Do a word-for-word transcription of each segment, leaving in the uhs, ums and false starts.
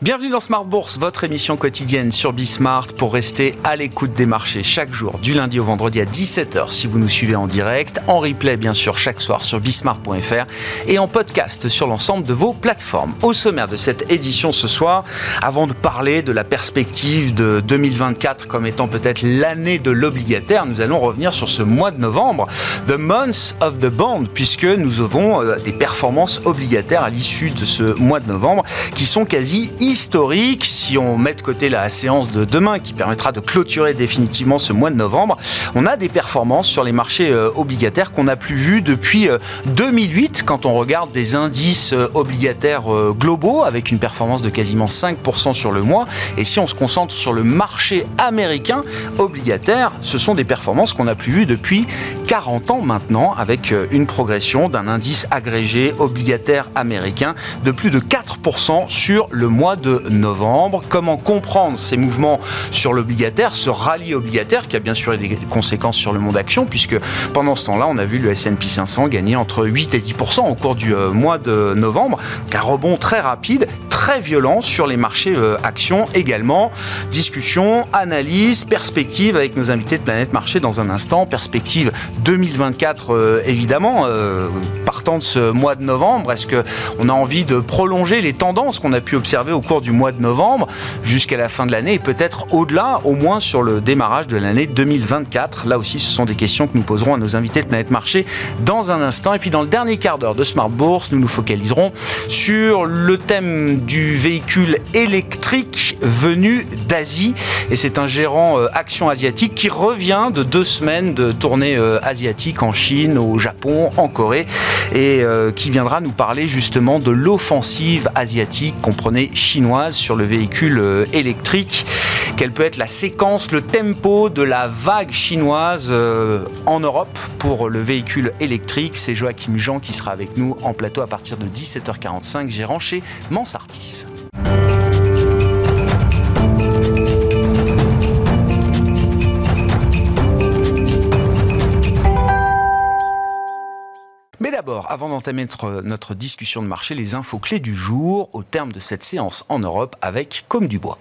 Bienvenue dans Smart Bourse, votre émission quotidienne sur Bismart pour rester à l'écoute des marchés chaque jour, du lundi au vendredi à dix-sept heures si vous nous suivez en direct, en replay bien sûr chaque soir sur bismart point f r et en podcast sur l'ensemble de vos plateformes. Au sommaire de cette édition ce soir, avant de parler de la perspective de deux mille vingt-quatre comme étant peut-être l'année de l'obligataire, nous allons revenir sur ce mois de novembre, the month of the bond, puisque nous avons des performances obligataires à l'issue de ce mois de novembre qui sont quasi historique. Si on met de côté la séance de demain qui permettra de clôturer définitivement ce mois de novembre, on a des performances sur les marchés euh, obligataires qu'on n'a plus vues depuis euh, deux mille huit quand on regarde des indices euh, obligataires euh, globaux avec une performance de quasiment cinq pour cent sur le mois. Et si on se concentre sur le marché américain obligataire, ce sont des performances qu'on n'a plus vues depuis quarante ans maintenant, avec euh, une progression d'un indice agrégé obligataire américain de plus de quatre pour cent sur le mois de novembre. Comment comprendre ces mouvements sur l'obligataire, ce rallye obligataire qui a bien sûr des conséquences sur le monde action, puisque pendant ce temps-là, on a vu le S and P cinq cents gagner entre huit et dix pour cent au cours du euh, mois de novembre. Un rebond très rapide, très violent sur les marchés euh, actions également. Discussion, analyse, perspective avec nos invités de Planète Marché dans un instant. Perspective deux mille vingt-quatre euh, évidemment, euh, partant de ce mois de novembre. Est-ce qu'on a envie de prolonger les tendances qu'on a pu observer au cours du mois de novembre jusqu'à la fin de l'année et peut-être au-delà, au moins sur le démarrage de l'année deux mille vingt-quatre. Là aussi, ce sont des questions que nous poserons à nos invités de Planète Marché dans un instant. Et puis dans le dernier quart d'heure de Smart Bourse, nous nous focaliserons sur le thème du véhicule électrique venu d'Asie. Et c'est un gérant euh, Action Asiatique qui revient de deux semaines de tournée euh, asiatique en Chine, au Japon, en Corée et euh, qui viendra nous parler justement de l'offensive asiatique, comprenez chinoise, sur le véhicule euh, électrique. Quelle peut être la séquence, le tempo de la vague chinoise euh, en Europe pour le véhicule électrique? C'est Joachim Jean qui sera avec nous en plateau à partir de dix-sept heures quarante-cinq, gérant chez Mansartis. Mais d'abord, avant d'entamer notre, notre discussion de marché, les infos clés du jour au terme de cette séance en Europe avec Côme Dubois.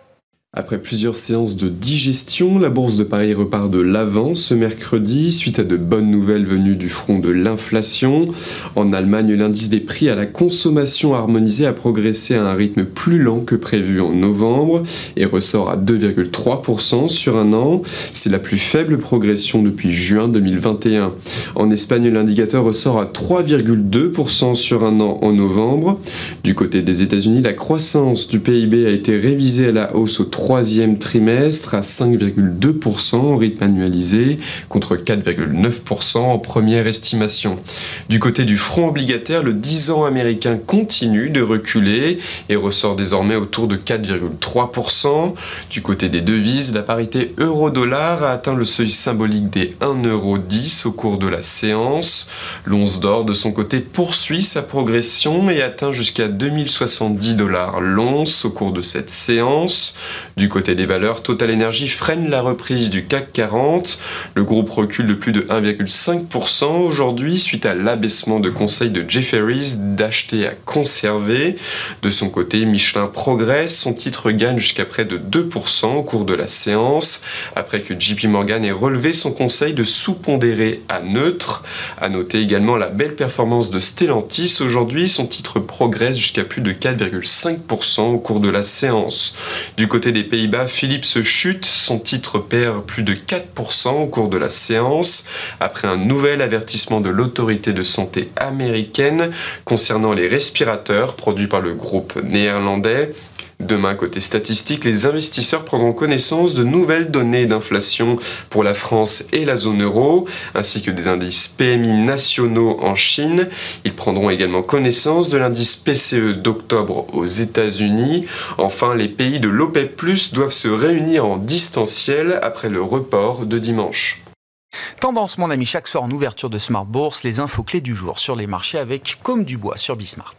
Après plusieurs séances de digestion, la bourse de Paris repart de l'avant ce mercredi suite à de bonnes nouvelles venues du front de l'inflation. En Allemagne, l'indice des prix à la consommation harmonisée a progressé à un rythme plus lent que prévu en novembre et ressort à deux virgule trois pour cent sur un an. C'est la plus faible progression depuis juin deux mille vingt et un. En Espagne, l'indicateur ressort à trois virgule deux pour cent sur un an en novembre. Du côté des États-Unis, la croissance du P I B a été révisée à la hausse au troisième trimestre à cinq virgule deux pour cent en rythme annualisé contre quatre virgule neuf pour cent en première estimation. Du côté du front obligataire, le dix ans américain continue de reculer et ressort désormais autour de quatre virgule trois pour cent. Du côté des devises, la parité euro-dollar a atteint le seuil symbolique des un euro dix au cours de la séance. L'once d'or, de son côté, poursuit sa progression et atteint jusqu'à deux mille soixante-dix dollars l'once au cours de cette séance. Du côté des valeurs, Total Energy freine la reprise du C A C quarante. Le groupe recule de plus de un virgule cinq pour cent aujourd'hui suite à l'abaissement de conseil de Jefferies d'acheter à conserver. De son côté, Michelin progresse. Son titre gagne jusqu'à près de deux pour cent au cours de la séance après que J P Morgan ait relevé son conseil de sous-pondéré à neutre. À noter également la belle performance de Stellantis. Aujourd'hui, son titre progresse jusqu'à plus de quatre virgule cinq pour cent au cours de la séance. Du côté des Pays-Bas, Philips chute, son titre perd plus de quatre pour cent au cours de la séance, après un nouvel avertissement de l'autorité de santé américaine concernant les respirateurs produits par le groupe néerlandais. Demain, côté statistique, les investisseurs prendront connaissance de nouvelles données d'inflation pour la France et la zone euro, ainsi que des indices P M I nationaux en Chine. Ils prendront également connaissance de l'indice P C E d'octobre aux États-Unis. Enfin, les pays de l'OPEP plus, doivent se réunir en distanciel après le report de dimanche. Tendance, mon ami, chaque soir en ouverture de Smart Bourse, les infos clés du jour sur les marchés avec Côme Dubois sur Bismart.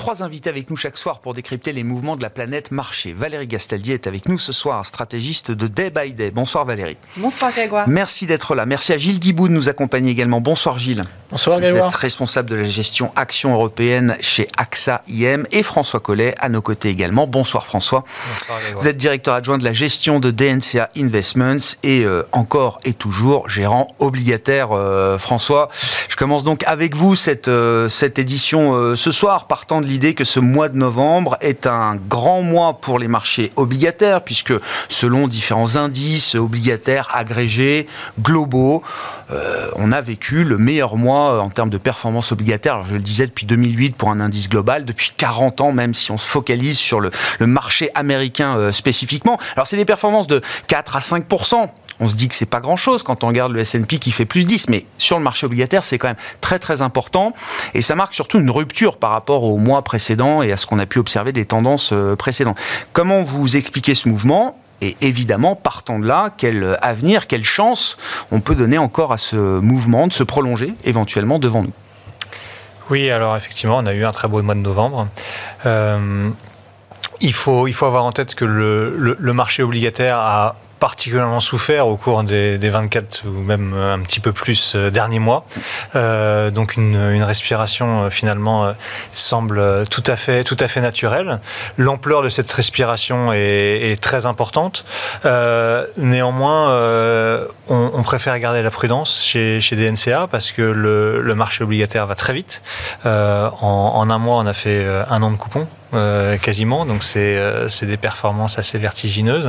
Trois invités avec nous chaque soir pour décrypter les mouvements de la planète marché. Valérie Gastaldier est avec nous ce soir, stratégiste de Day by Day. Bonsoir Valérie. Bonsoir Grégoire. Merci d'être là. Merci à Gilles Guiboud de nous accompagner également. Bonsoir Gilles. Bonsoir Grégoire. Vous êtes responsable de la gestion action européenne chez A X A I M et François Collet à nos côtés également. Bonsoir François. Bonsoir Grégoire. Vous êtes directeur adjoint de la gestion de D N C A Investments et euh, encore et toujours gérant obligataire euh, François. Je commence donc avec vous cette, euh, cette édition euh, ce soir, partant de l'idée que ce mois de novembre est un grand mois pour les marchés obligataires, puisque selon différents indices obligataires agrégés, globaux, euh, on a vécu le meilleur mois en termes de performance obligataire. Alors, je le disais depuis deux mille huit pour un indice global, depuis quarante ans, même si on se focalise sur le, le marché américain euh, spécifiquement. Alors c'est des performances de quatre à cinq pour cent. On se dit que c'est pas grand-chose quand on regarde le S and P qui fait plus dix, mais sur le marché obligataire, c'est quand même très très important. Et ça marque surtout une rupture par rapport au mois précédent et à ce qu'on a pu observer des tendances précédentes. Comment vous expliquez ce mouvement ? Et évidemment, partant de là, quel avenir, quelle chance on peut donner encore à ce mouvement de se prolonger éventuellement devant nous ? Oui, alors effectivement, on a eu un très beau mois de novembre. Euh, il faut, il faut avoir en tête que le, le, le marché obligataire a particulièrement souffert au cours des, des vingt-quatre ou même un petit peu plus euh, derniers mois. Euh, donc une, une respiration euh, finalement euh, semble tout à fait, tout à fait naturelle. L'ampleur de cette respiration est, est très importante. Euh, néanmoins, euh, on, on préfère garder la prudence chez, chez D N C A parce que le, le marché obligataire va très vite. Euh, en, en un mois, on a fait un an de coupon. Euh, quasiment, donc c'est, euh, c'est des performances assez vertigineuses.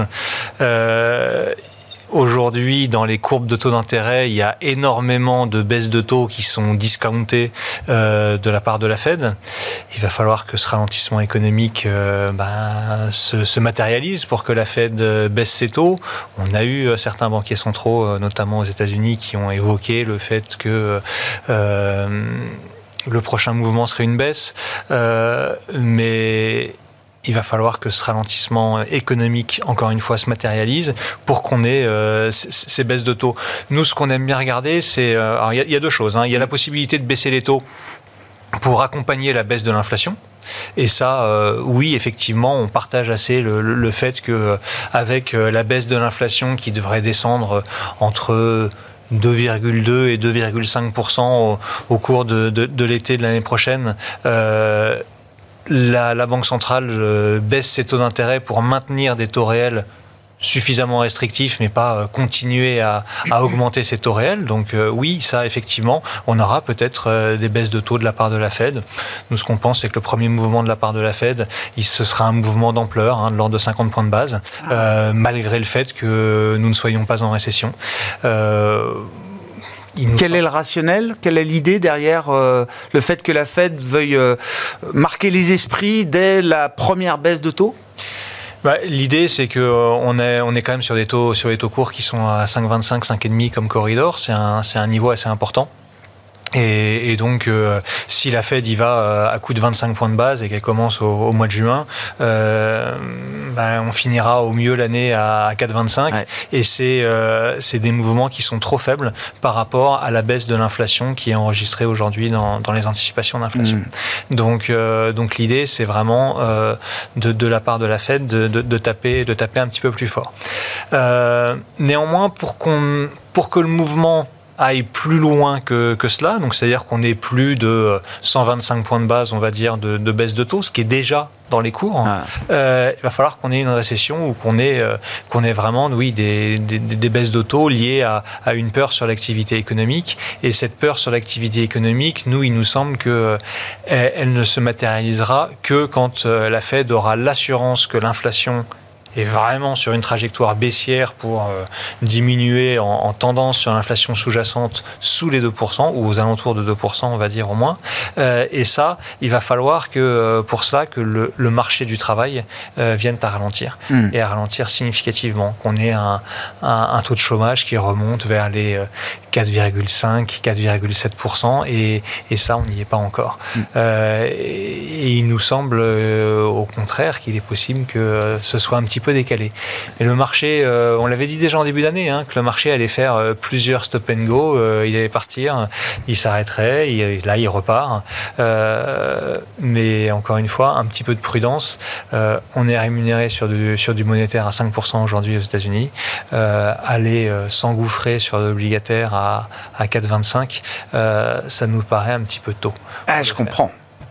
Euh, Aujourd'hui, dans les courbes de taux d'intérêt, il y a énormément de baisses de taux qui sont discountées euh, de la part de la Fed. Il va falloir que ce ralentissement économique euh, ben, se, se matérialise pour que la Fed baisse ses taux. On a eu certains banquiers centraux, notamment aux États-Unis, qui ont évoqué le fait que euh, le prochain mouvement serait une baisse, euh, mais il va falloir que ce ralentissement économique, encore une fois, se matérialise pour qu'on ait euh, c- ces baisses de taux. Nous, ce qu'on aime bien regarder, c'est... Euh, alors, il y, y a deux choses. Hein. Il y a la possibilité de baisser les taux pour accompagner la baisse de l'inflation. Et ça, euh, oui, effectivement, on partage assez le, le, le fait qu'avec euh, la baisse de l'inflation qui devrait descendre entre deux virgule deux et deux virgule cinq pour cent au, au cours de, de, de l'été de l'année prochaine, euh, la, la Banque centrale euh, baisse ses taux d'intérêt pour maintenir des taux réels suffisamment restrictifs, mais pas euh, continuer à, à augmenter ces taux réels. Donc euh, oui, ça, effectivement, on aura peut-être euh, des baisses de taux de la part de la Fed. Nous, ce qu'on pense, c'est que le premier mouvement de la part de la Fed, il, ce sera un mouvement d'ampleur, hein, de l'ordre de cinquante points de base, euh, malgré le fait que nous ne soyons pas en récession. Euh, Quel est le rationnel ? Quelle est l'idée derrière euh, le fait que la Fed veuille euh, marquer les esprits dès la première baisse de taux ? Bah, l'idée, c'est que euh, on est on est quand même sur des taux sur des taux courts qui sont à cinq virgule vingt-cinq, cinq virgule cinq comme corridor. C'est un c'est un niveau assez important. Et, et donc, euh, si la Fed y va euh, à coup de vingt-cinq points de base et qu'elle commence au, au mois de juin, euh, ben, on finira au mieux l'année à, à quatre virgule vingt-cinq. Ouais. Et c'est, euh, c'est des mouvements qui sont trop faibles par rapport à la baisse de l'inflation qui est enregistrée aujourd'hui dans, dans les anticipations d'inflation. Mmh. Donc, euh, donc l'idée, c'est vraiment euh, de, de la part de la Fed de, de, de, taper, de taper un petit peu plus fort. Euh, néanmoins, pour, qu'on, pour que le mouvement aille plus loin que, que cela, donc c'est-à-dire qu'on ait plus de cent vingt-cinq points de base, on va dire, de, de baisse de taux, ce qui est déjà dans les cours. Ah. Euh, il va falloir qu'on ait une récession ou qu'on ait, euh, qu'on ait vraiment, oui, des, des, des baisses de taux liées à, à une peur sur l'activité économique. Et cette peur sur l'activité économique, nous, il nous semble que euh, elle, elle ne se matérialisera que quand euh, la Fed aura l'assurance que l'inflation est vraiment sur une trajectoire baissière pour euh, diminuer en, en tendance sur l'inflation sous-jacente sous les deux pour cent ou aux alentours de deux pour cent, on va dire au moins. Euh, et ça, il va falloir que euh, pour cela que le, le marché du travail euh, vienne à ralentir mmh. et à ralentir significativement, qu'on ait un, un, un taux de chômage qui remonte vers les euh, quatre virgule cinq, quatre virgule sept pour cent et, et ça, on n'y est pas encore. Mmh. Euh, et, et il nous semble euh, au contraire qu'il est possible que ce soit un petit peu peu décalé. Et le marché, euh, on l'avait dit déjà en début d'année, hein, que le marché allait faire euh, plusieurs stop and go, euh, il allait partir, il s'arrêterait, il, là il repart. Euh, mais encore une fois, un petit peu de prudence. Euh, on est rémunéré sur du, sur du monétaire à cinq pour cent aujourd'hui aux États-Unis. Euh, aller euh, s'engouffrer sur l'obligataire à, à quatre virgule vingt-cinq, euh, ça nous paraît un petit peu tôt. Ah, je comprends.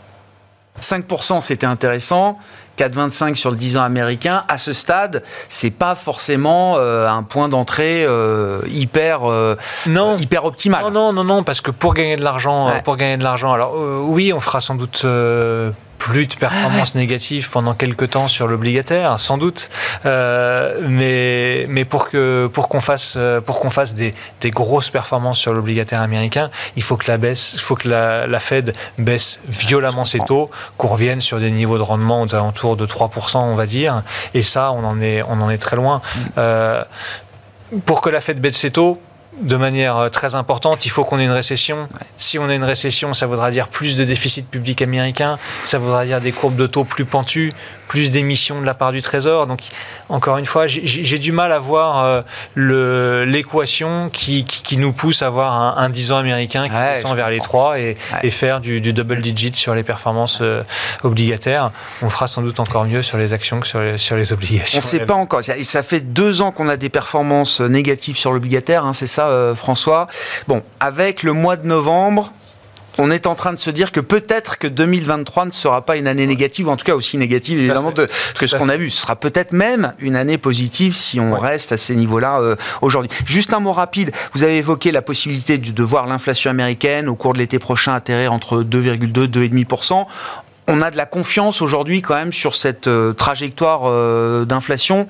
cinq pour cent, c'était intéressant. quatre virgule vingt-cinq sur le dix ans américain, à ce stade, c'est pas forcément euh, un point d'entrée euh, hyper, euh, non. hyper optimal. Non, non, non, non, parce que pour gagner de l'argent, ouais. euh, pour gagner de l'argent, alors euh, oui, on fera sans doute euh, plus de performances ah ouais. négatives pendant quelques temps sur l'obligataire, sans doute, euh, mais mais pour que pour qu'on fasse pour qu'on fasse des, des grosses performances sur l'obligataire américain, il faut que la baisse, il faut que la, la Fed baisse violemment ses taux, qu'on revienne sur des niveaux de rendement aux alentours de trois pour cent, on va dire, et ça, on en est on en est très loin. Euh, pour que la Fed baisse ses taux de manière très importante, il faut qu'on ait une récession. Ouais. Si on a une récession, ça voudra dire plus de déficit public américain, ça voudra dire des courbes de taux plus pentues, plus d'émissions de la part du Trésor. Donc, encore une fois, j'ai, j'ai du mal à voir euh, le, l'équation qui, qui, qui nous pousse à avoir un, un dix ans américain qui ouais, descend vers les trois et, ouais. et faire du, du double digit sur les performances euh, obligataires. On fera sans doute encore mieux sur les actions que sur les, sur les obligations. On ne sait pas encore. Ça fait deux ans qu'on a des performances négatives sur l'obligataire, hein, c'est ça, euh, François. Bon, avec le mois de novembre, on est en train de se dire que peut-être que deux mille vingt-trois ne sera pas une année négative, ou en tout cas aussi négative évidemment de, que ce qu'on a vu. Ce sera peut-être même une année positive si on ouais. reste à ces niveaux-là euh, aujourd'hui. Juste un mot rapide, vous avez évoqué la possibilité de, de voir l'inflation américaine au cours de l'été prochain atterrir entre deux virgule deux et deux virgule cinq pour cent. On a de la confiance aujourd'hui quand même sur cette euh, trajectoire euh, d'inflation.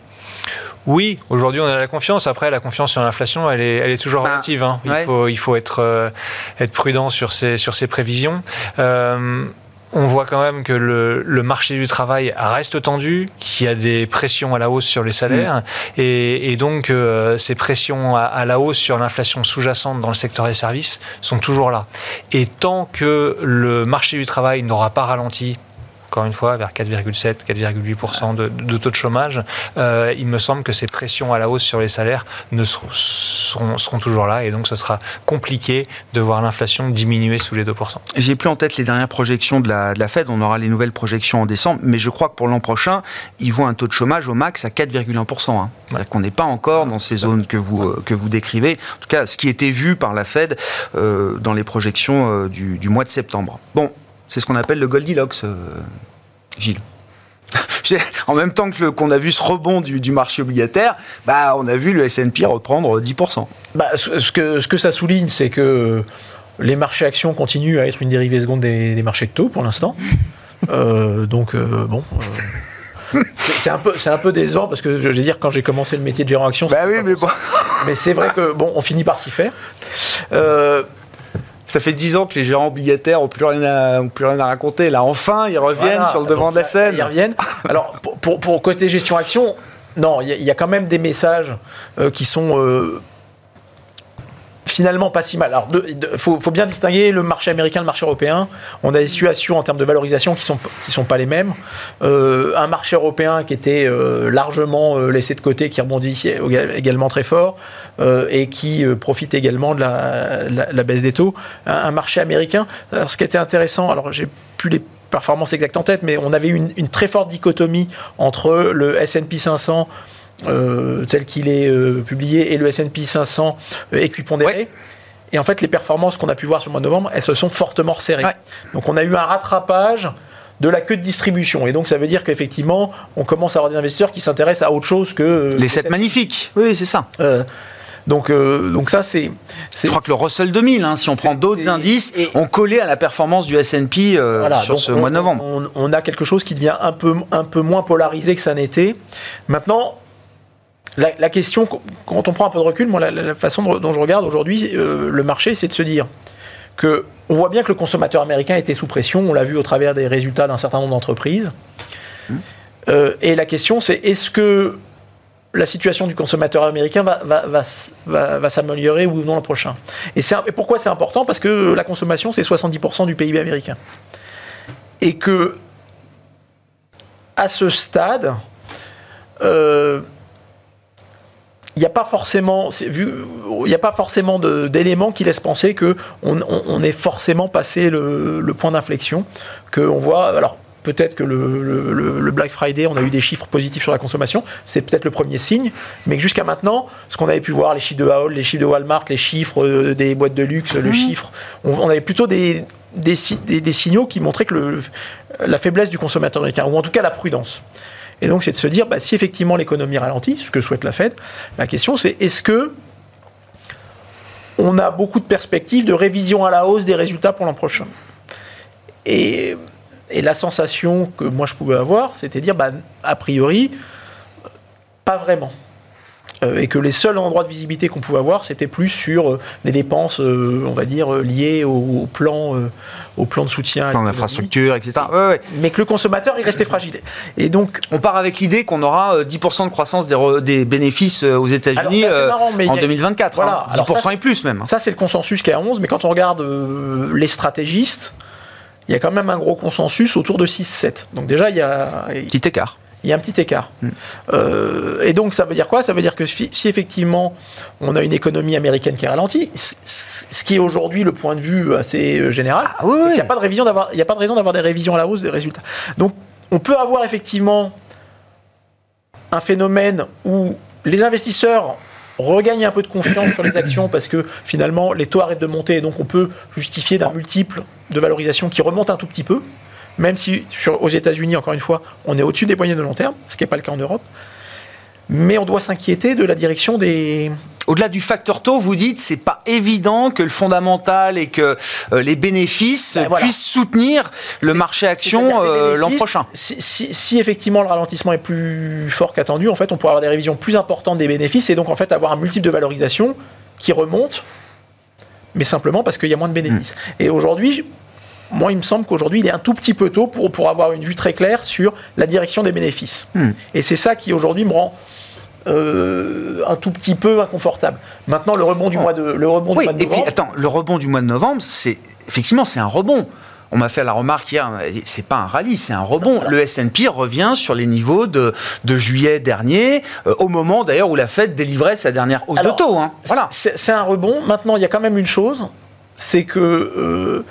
Oui, aujourd'hui on a la confiance. Après, la confiance sur l'inflation, elle est, elle est toujours bah, relative. Hein. Il, ouais. faut, il faut être, euh, être prudent sur ces, sur ces prévisions. Euh, on voit quand même que le, le marché du travail reste tendu, qu'il y a des pressions à la hausse sur les salaires, mmh. et, et donc euh, ces pressions à, à la hausse sur l'inflation sous-jacente dans le secteur des services sont toujours là. Et tant que le marché du travail n'aura pas ralenti, encore une fois, vers quatre virgule sept, quatre virgule huit pour cent de, de taux de chômage, euh, il me semble que ces pressions à la hausse sur les salaires ne seront, seront, seront toujours là, et donc ce sera compliqué de voir l'inflation diminuer sous les deux pour cent. J'ai plus en tête les dernières projections de la, de la Fed, on aura les nouvelles projections en décembre, mais je crois que pour l'an prochain, ils voient un taux de chômage au max à quatre virgule un pour cent. Hein. C'est-à-dire qu'on n'est pas encore dans ces zones que vous, euh, que vous décrivez, en tout cas ce qui était vu par la Fed euh, dans les projections euh, du, du mois de septembre. Bon, c'est ce qu'on appelle le Goldilocks, euh, Gilles. En même temps que le, qu'on a vu ce rebond du, du marché obligataire, bah, on a vu le S and P reprendre dix pour cent. Bah, ce, ce, que, ce que ça souligne, c'est que les marchés actions continuent à être une dérivée seconde des, des marchés de taux pour l'instant. euh, donc, euh, bon... Euh... C'est, c'est, un peu, c'est un peu décevant parce que je veux dire, quand j'ai commencé le métier de gérant action, bah oui, mais bon. Mais c'est vrai que bon, on finit par s'y faire. Euh, Ça fait dix ans que les gérants obligataires n'ont plus rien à, ont plus rien à raconter. Là, enfin, ils reviennent voilà, sur le devant de la scène. Ils reviennent. Alors, pour, pour, pour côté gestion action, non, il y, y a quand même des messages euh, qui sont euh, finalement pas si mal. Alors, il faut, faut bien distinguer le marché américain et le marché européen. On a des situations en termes de valorisation qui sont qui sont pas les mêmes. Euh, un marché européen qui était euh, largement euh, laissé de côté, qui rebondissait également très fort. Euh, et qui euh, profite également de la, la, la baisse des taux. Un, un marché américain, alors ce qui était intéressant, alors j'ai plus les performances exactes en tête, mais on avait une, une très forte dichotomie entre le S and P cinq cents euh, tel qu'il est euh, publié et le S and P cinq cents euh, équipondéré. Ouais. Et en fait, les performances qu'on a pu voir sur le mois de novembre, elles se sont fortement resserrées. Ouais. Donc on a eu un rattrapage de la queue de distribution. Et donc, ça veut dire qu'effectivement, on commence à avoir des investisseurs qui s'intéressent à autre chose que... Euh, les sept magnifiques. Oui, c'est ça. Euh, Donc, euh, donc ça, c'est, c'est... Je crois que le Russell deux mille, hein, si on prend d'autres indices, et... ont collé à la performance du S and P euh, voilà, sur ce on, mois de novembre. On, on a quelque chose qui devient un peu, un peu moins polarisé que ça n'était. Maintenant, la, la question, quand on prend un peu de recul, moi, la, la façon dont je regarde aujourd'hui euh, le marché, c'est de se dire que on voit bien que le consommateur américain était sous pression. On l'a vu au travers des résultats d'un certain nombre d'entreprises. Mmh. Euh, et la question, c'est est-ce que la situation du consommateur américain va, va, va, va, va s'améliorer ou non l'an prochain. Et, c'est, et pourquoi c'est important ? Parce que la consommation, c'est soixante-dix pour cent du P I B américain. Et que, à ce stade, euh, il n'y a pas forcément, vu, il n'y a pas forcément de, d'éléments qui laissent penser qu'on on, on est forcément passé le, le point d'inflexion, qu'on voit. Alors, peut-être que le, le, le Black Friday, on a eu des chiffres positifs sur la consommation, c'est peut-être le premier signe, mais que jusqu'à maintenant, ce qu'on avait pu voir, les chiffres de Ahold, les chiffres de Walmart, les chiffres des boîtes de luxe, mmh. le chiffre, on, on avait plutôt des, des, des, des signaux qui montraient que le, la faiblesse du consommateur américain, ou en tout cas la prudence. Et donc, c'est de se dire, bah, si effectivement l'économie ralentit, ce que souhaite la Fed, la question c'est, est-ce que on a beaucoup de perspectives de révision à la hausse des résultats pour l'an prochain ? Et... Et la sensation que moi je pouvais avoir, c'était de dire, bah, a priori, pas vraiment. Euh, et que les seuls endroits de visibilité qu'on pouvait avoir, c'était plus sur euh, les dépenses, euh, on va dire, euh, liées au, au, plan, euh, au plan de soutien. Plan d'infrastructure, et cetera. Ouais, ouais. Mais que le consommateur, il restait fragile. Et donc, on part avec l'idée qu'on aura euh, dix pour cent de croissance des, re, des bénéfices euh, aux États-Unis alors ça, marrant, euh, en a... deux mille vingt-quatre. Voilà. Hein, dix pour cent ça, et plus même. Ça, c'est le consensus qui est à onze, mais quand on regarde euh, les stratégistes, il y a quand même un gros consensus autour de six sept. Donc déjà, il y a... Petit écart. Il y a un petit écart. Mmh. Euh, et donc, ça veut dire quoi ? Ça veut dire que si, si effectivement, on a une économie américaine qui est ralentie, ce qui est aujourd'hui le point de vue assez général, ah, oui, c'est oui. qu'il n'y a pas de révision d'avoir, il n'y a pas de raison d'avoir des révisions à la hausse des résultats. Donc, on peut avoir effectivement un phénomène où les investisseurs regagnent un peu de confiance sur les actions parce que finalement les taux arrêtent de monter et donc on peut justifier d'un multiple de valorisation qui remonte un tout petit peu, même si sur, aux États-Unis, encore une fois, on est au-dessus des moyennes de long terme, ce qui n'est pas le cas en Europe. Mais on doit s'inquiéter de la direction des... Au-delà du facteur taux, vous dites c'est pas évident que le fondamental et que euh, les bénéfices ben voilà. puissent soutenir le c'est, marché action euh, l'an prochain. Si, si, si effectivement le ralentissement est plus fort qu'attendu, en fait, on pourrait avoir des révisions plus importantes des bénéfices et donc en fait avoir un multiple de valorisation qui remonte, mais simplement parce qu'il y a moins de bénéfices. Mmh. Et aujourd'hui, moi, il me semble qu'aujourd'hui, il est un tout petit peu tôt pour, pour avoir une vue très claire sur la direction des bénéfices. Mmh. Et c'est ça qui aujourd'hui me rend Euh, un tout petit peu inconfortable. Maintenant, le rebond du mois de, le rebond oui, du mois de novembre... Et puis, attends, le rebond du mois de novembre, c'est, effectivement, c'est un rebond. On m'a fait la remarque hier, c'est pas un rallye, c'est un rebond. Voilà. Le S and P revient sur les niveaux de, de juillet dernier, euh, au moment d'ailleurs où la Fed délivrait sa dernière hausse Alors, de taux. Hein. Voilà. C'est, c'est un rebond. Maintenant, il y a quand même une chose, c'est que... Euh,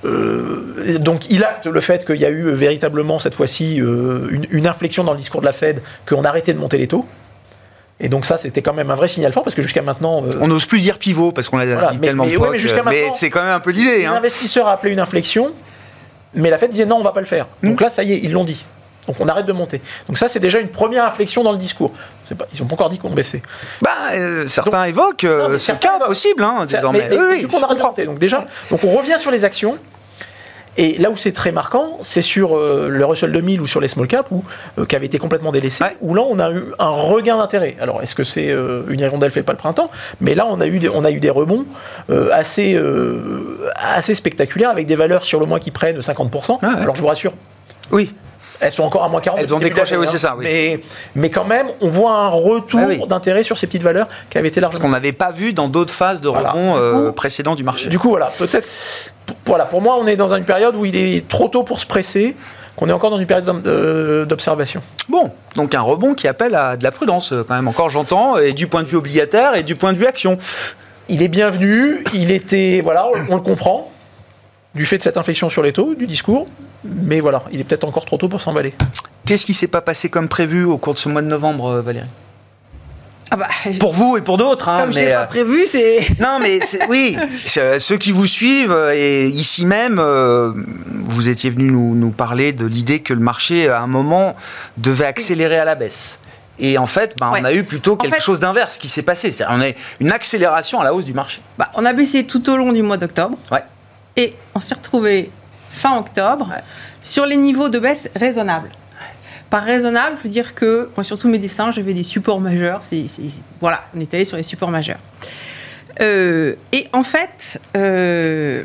Euh, donc il acte le fait qu'il y a eu véritablement cette fois-ci euh, une, une inflexion dans le discours de la Fed, qu'on a arrêté de monter les taux. Et donc ça, c'était quand même un vrai signal fort, parce que jusqu'à maintenant... Euh, on n'ose plus dire pivot, parce qu'on l'a voilà, dit mais, tellement mais, de fois, ouais, mais, que, mais c'est quand même un peu l'idée. Hein. L'investisseur a appelé une inflexion, mais la Fed disait non, on ne va pas le faire. Mmh. Donc là, ça y est, ils l'ont dit. Donc on arrête de monter. Donc ça, c'est déjà une première inflexion dans le discours. C'est pas, ils n'ont pas encore dit qu'on baissait. Bah, euh, certains donc, évoquent euh, non, ce cas possible, hein, désormais. Mais, mais, oui, oui, du coup, on arrête de monter. Donc déjà, donc on revient sur les actions. Et là où c'est très marquant, c'est sur euh, le Russell deux mille ou sur les small caps, où, euh, qui avait été complètement délaissé, ouais. où là on a eu un regain d'intérêt. Alors est-ce que c'est euh, une hirondelle fait pas le printemps ? Mais là on a eu des, on a eu des rebonds euh, assez, euh, assez spectaculaires, avec des valeurs sur le mois qui prennent cinquante pour cent. Ah ouais. Alors je vous rassure. Oui. Elles sont encore à moins quarante. Elles ont décroché, oui, c'est ça. Oui. Mais, mais quand même, on voit un retour ah oui. d'intérêt sur ces petites valeurs qui avaient été largement... Parce qu'on n'avait pas vu dans d'autres phases de voilà. rebond euh, précédents du marché. Du coup, voilà, peut-être... Voilà, pour moi, on est dans une période où il est trop tôt pour se presser, qu'on est encore dans une période d'observation. Bon, donc un rebond qui appelle à de la prudence, quand même, encore j'entends, et du point de vue obligataire et du point de vue action. Il est bienvenu, il était... Voilà, on, on le comprend, du fait de cette inflexion sur les taux, du discours, mais voilà, il est peut-être encore trop tôt pour s'emballer. Qu'est-ce qui ne s'est pas passé comme prévu au cours de ce mois de novembre, Valérie ? Ah bah, pour vous et pour d'autres. Hein, comme je n'ai pas prévu, c'est... Non, mais c'est, oui, ceux qui vous suivent, et ici même, euh, vous étiez venu nous, nous parler de l'idée que le marché, à un moment, devait accélérer à la baisse. Et en fait, bah, ouais. on a eu plutôt quelque fait, chose d'inverse qui s'est passé. C'est-à-dire on a une accélération à la hausse du marché. Bah, on a baissé tout au long du mois d'octobre. Ouais. Et on s'est retrouvé fin octobre ouais. sur les niveaux de baisse raisonnables. Par raisonnable, je veux dire que, moi, sur tous mes dessins, j'avais des supports majeurs. C'est, c'est, c'est, voilà, on est allé sur les supports majeurs. Euh, et en fait, euh,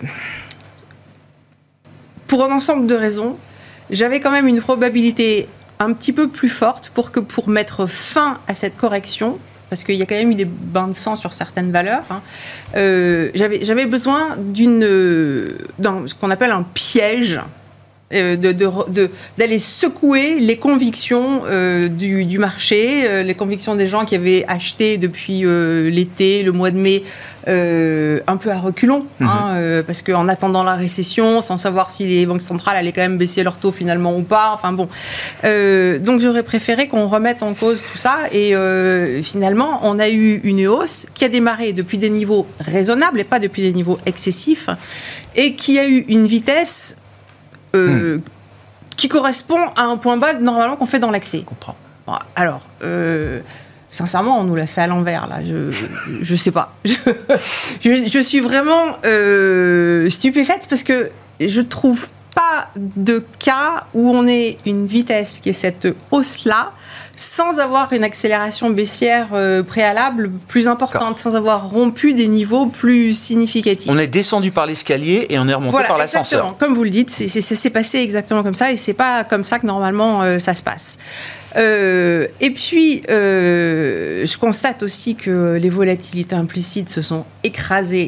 pour un ensemble de raisons, j'avais quand même une probabilité un petit peu plus forte pour que, pour mettre fin à cette correction, parce qu'il y a quand même eu des bains de sang sur certaines valeurs, hein, euh, j'avais, j'avais besoin d'une, d'un, ce qu'on appelle un piège euh, de, de, de, d'aller secouer les convictions euh, du, du marché, euh, les convictions des gens qui avaient acheté depuis euh, l'été, le mois de mai, euh, un peu à reculons, mmh. hein, euh, parce qu'en attendant la récession, sans savoir si les banques centrales allaient quand même baisser leur taux finalement ou pas, enfin bon. Euh, donc j'aurais préféré qu'on remette en cause tout ça, et euh, finalement on a eu une hausse qui a démarré depuis des niveaux raisonnables et pas depuis des niveaux excessifs, et qui a eu une vitesse Euh, mmh. qui correspond à un point bas normalement qu'on fait dans l'accès. Je comprends. Alors, euh, sincèrement, on nous l'a fait à l'envers, là. Je, je sais pas. Je, je, je suis vraiment euh, stupéfaite parce que je trouve pas de cas où on ait une vitesse qui est cette hausse-là, sans avoir une accélération baissière euh, préalable plus importante, D'accord. sans avoir rompu des niveaux plus significatifs. On est descendu par l'escalier et on est remonté voilà, par l'ascenseur. Exactement. Comme vous le dites, c'est, c'est, c'est passé exactement comme ça, et c'est pas comme ça que normalement euh, ça se passe. Euh, et puis, euh, je constate aussi que les volatilités implicites se sont écrasées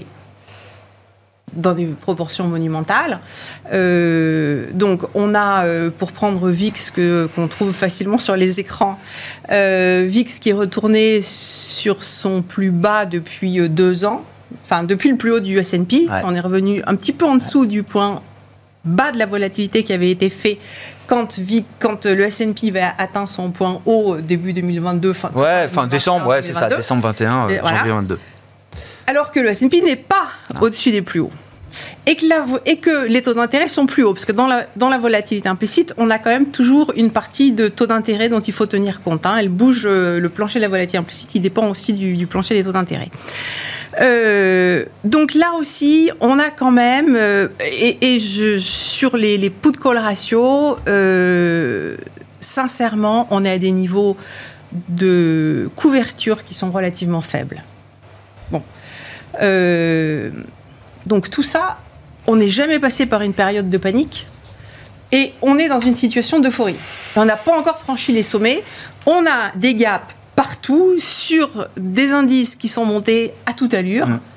dans des proportions monumentales. Euh, donc, on a, euh, pour prendre V I X, que, qu'on trouve facilement sur les écrans, euh, V I X qui est retourné sur son plus bas depuis euh, deux ans, enfin, depuis le plus haut du S and P. Ouais. On est revenu un petit peu en dessous ouais. du point bas de la volatilité qui avait été fait quand, V I X, quand le S and P va atteint son point haut début deux mille vingt-deux. Fin, ouais, fin décembre, ouais, c'est ça, décembre vingt et un, et, voilà. janvier vingt-deux. Alors que le S and P n'est pas ah. au-dessus des plus hauts. Et que, la, et que les taux d'intérêt sont plus hauts. Parce que dans la, dans la volatilité implicite, on a quand même toujours une partie de taux d'intérêt dont il faut tenir compte. Hein. Elle bouge, euh, le plancher de la volatilité implicite, il dépend aussi du, du plancher des taux d'intérêt. Euh, donc là aussi, on a quand même, euh, et, et je, sur les, les put call ratio, euh, sincèrement, on est à des niveaux de couverture qui sont relativement faibles. Bon. Euh, donc tout ça, on n'est jamais passé par une période de panique et on est dans une situation d'euphorie. On n'a pas encore franchi les sommets, on a des gaps partout sur des indices qui sont montés à toute allure. Mmh.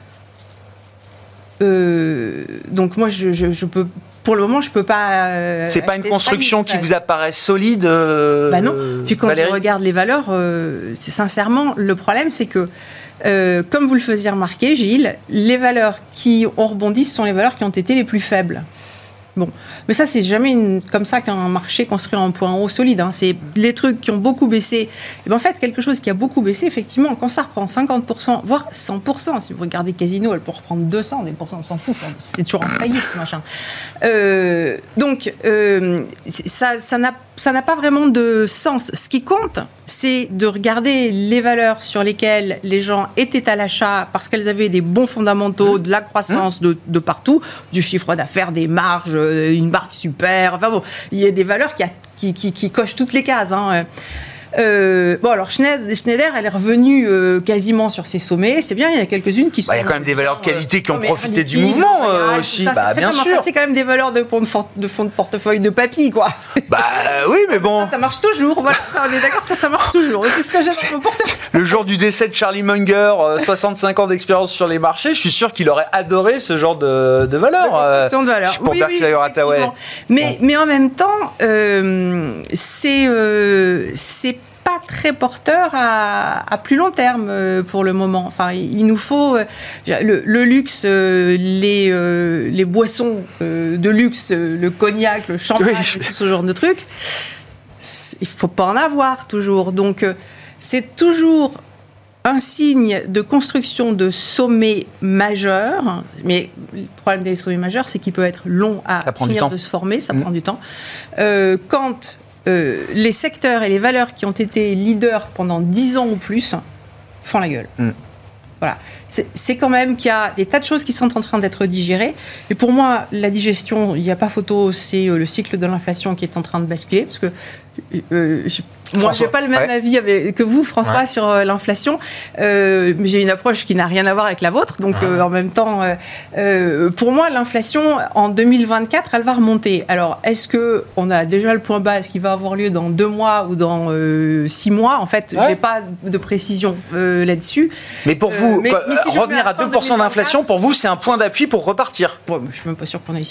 Euh, donc moi, je, je, je peux, pour le moment, je peux pas. Euh, c'est pas une construction solide, qui vous apparaît solide. Euh, bah non. Puis quand Valérie je regarde les valeurs, euh, c'est sincèrement le problème, c'est que euh, comme vous le faisiez remarquer, Gilles, les valeurs qui ont rebondi, ce sont les valeurs qui ont été les plus faibles. Bon, mais ça, c'est jamais une, comme ça qu'un marché construit en point haut solide. Hein. C'est les trucs qui ont beaucoup baissé. Et bien, en fait, quelque chose qui a beaucoup baissé, effectivement, quand ça reprend cinquante pour cent, voire cent pour cent, si vous regardez Casino, elle peut reprendre deux cents, des pourcents, on s'en fout, ça, c'est toujours en faillite, ce machin. Euh, donc, euh, ça, ça n'a, ça n'a pas vraiment de sens. Ce qui compte, c'est de regarder les valeurs sur lesquelles les gens étaient à l'achat parce qu'elles avaient des bons fondamentaux, de la croissance de, de partout, du chiffre d'affaires, des marges, une marque super. Enfin bon, il y a des valeurs qui, a, qui, qui, qui cochent toutes les cases. Hein. Euh, bon, alors Schneider, Schneider, elle est revenue euh, quasiment sur ses sommets. C'est bien, il y en a quelques-unes qui sont. Bah, il y a quand même des valeurs de qualité euh, qui ont non, profité du mouvement euh, aussi. Ça, bah, bien sûr. Enfin, c'est quand même des valeurs de fonds de, de, fonds de portefeuille de papy, quoi. Bah oui, mais bon. Ça, ça marche toujours. Voilà, ça, on est d'accord, ça, ça marche toujours. C'est ce que j'ai dans mon portefeuille. Le jour du décès de Charlie Munger, euh, soixante-cinq ans d'expérience sur les marchés, je suis sûr qu'il aurait adoré ce genre de, de valeurs. De construction de valeurs. Pour oui, Berkshire oui, Hathaway. Mais, bon. mais en même temps, euh, c'est, euh, c'est pas très porteur à, à plus long terme euh, pour le moment. Enfin, il nous faut euh, le, le luxe, euh, les, euh, les boissons euh, de luxe, euh, le cognac, le champagne, oui. tout ce genre de trucs. Il faut pas en avoir toujours. Donc, euh, c'est toujours un signe de construction de sommets majeurs. Mais le problème des sommets majeurs, c'est qu'il peut être long à finir de se former. Ça mmh. prend du temps. Euh, quand Euh, les secteurs et les valeurs qui ont été leaders pendant dix ans ou plus font la gueule. Mm. Voilà. C'est, c'est quand même qu'il y a des tas de choses qui sont en train d'être digérées. Et pour moi, la digestion, il n'y a pas photo, c'est le cycle de l'inflation qui est en train de basculer. Parce que euh, je, moi, je n'ai pas le même ouais. avis avec, que vous, François, ouais. sur euh, l'inflation. Euh, mais j'ai une approche qui n'a rien à voir avec la vôtre. Donc, ouais. euh, en même temps, euh, euh, pour moi, l'inflation, en deux mille vingt-quatre, elle va remonter. Alors, est-ce qu'on a déjà le point bas? Est-ce qu'il va avoir lieu dans deux mois ou dans euh, six mois? En fait, ouais. je n'ai pas de précision euh, là-dessus. Mais pour vous, euh, mais, quoi, mais si revenir à deux pour cent d'inflation, pour vous, c'est un point d'appui pour repartir? Ouais, je ne suis même pas sûr qu'on est ici bas.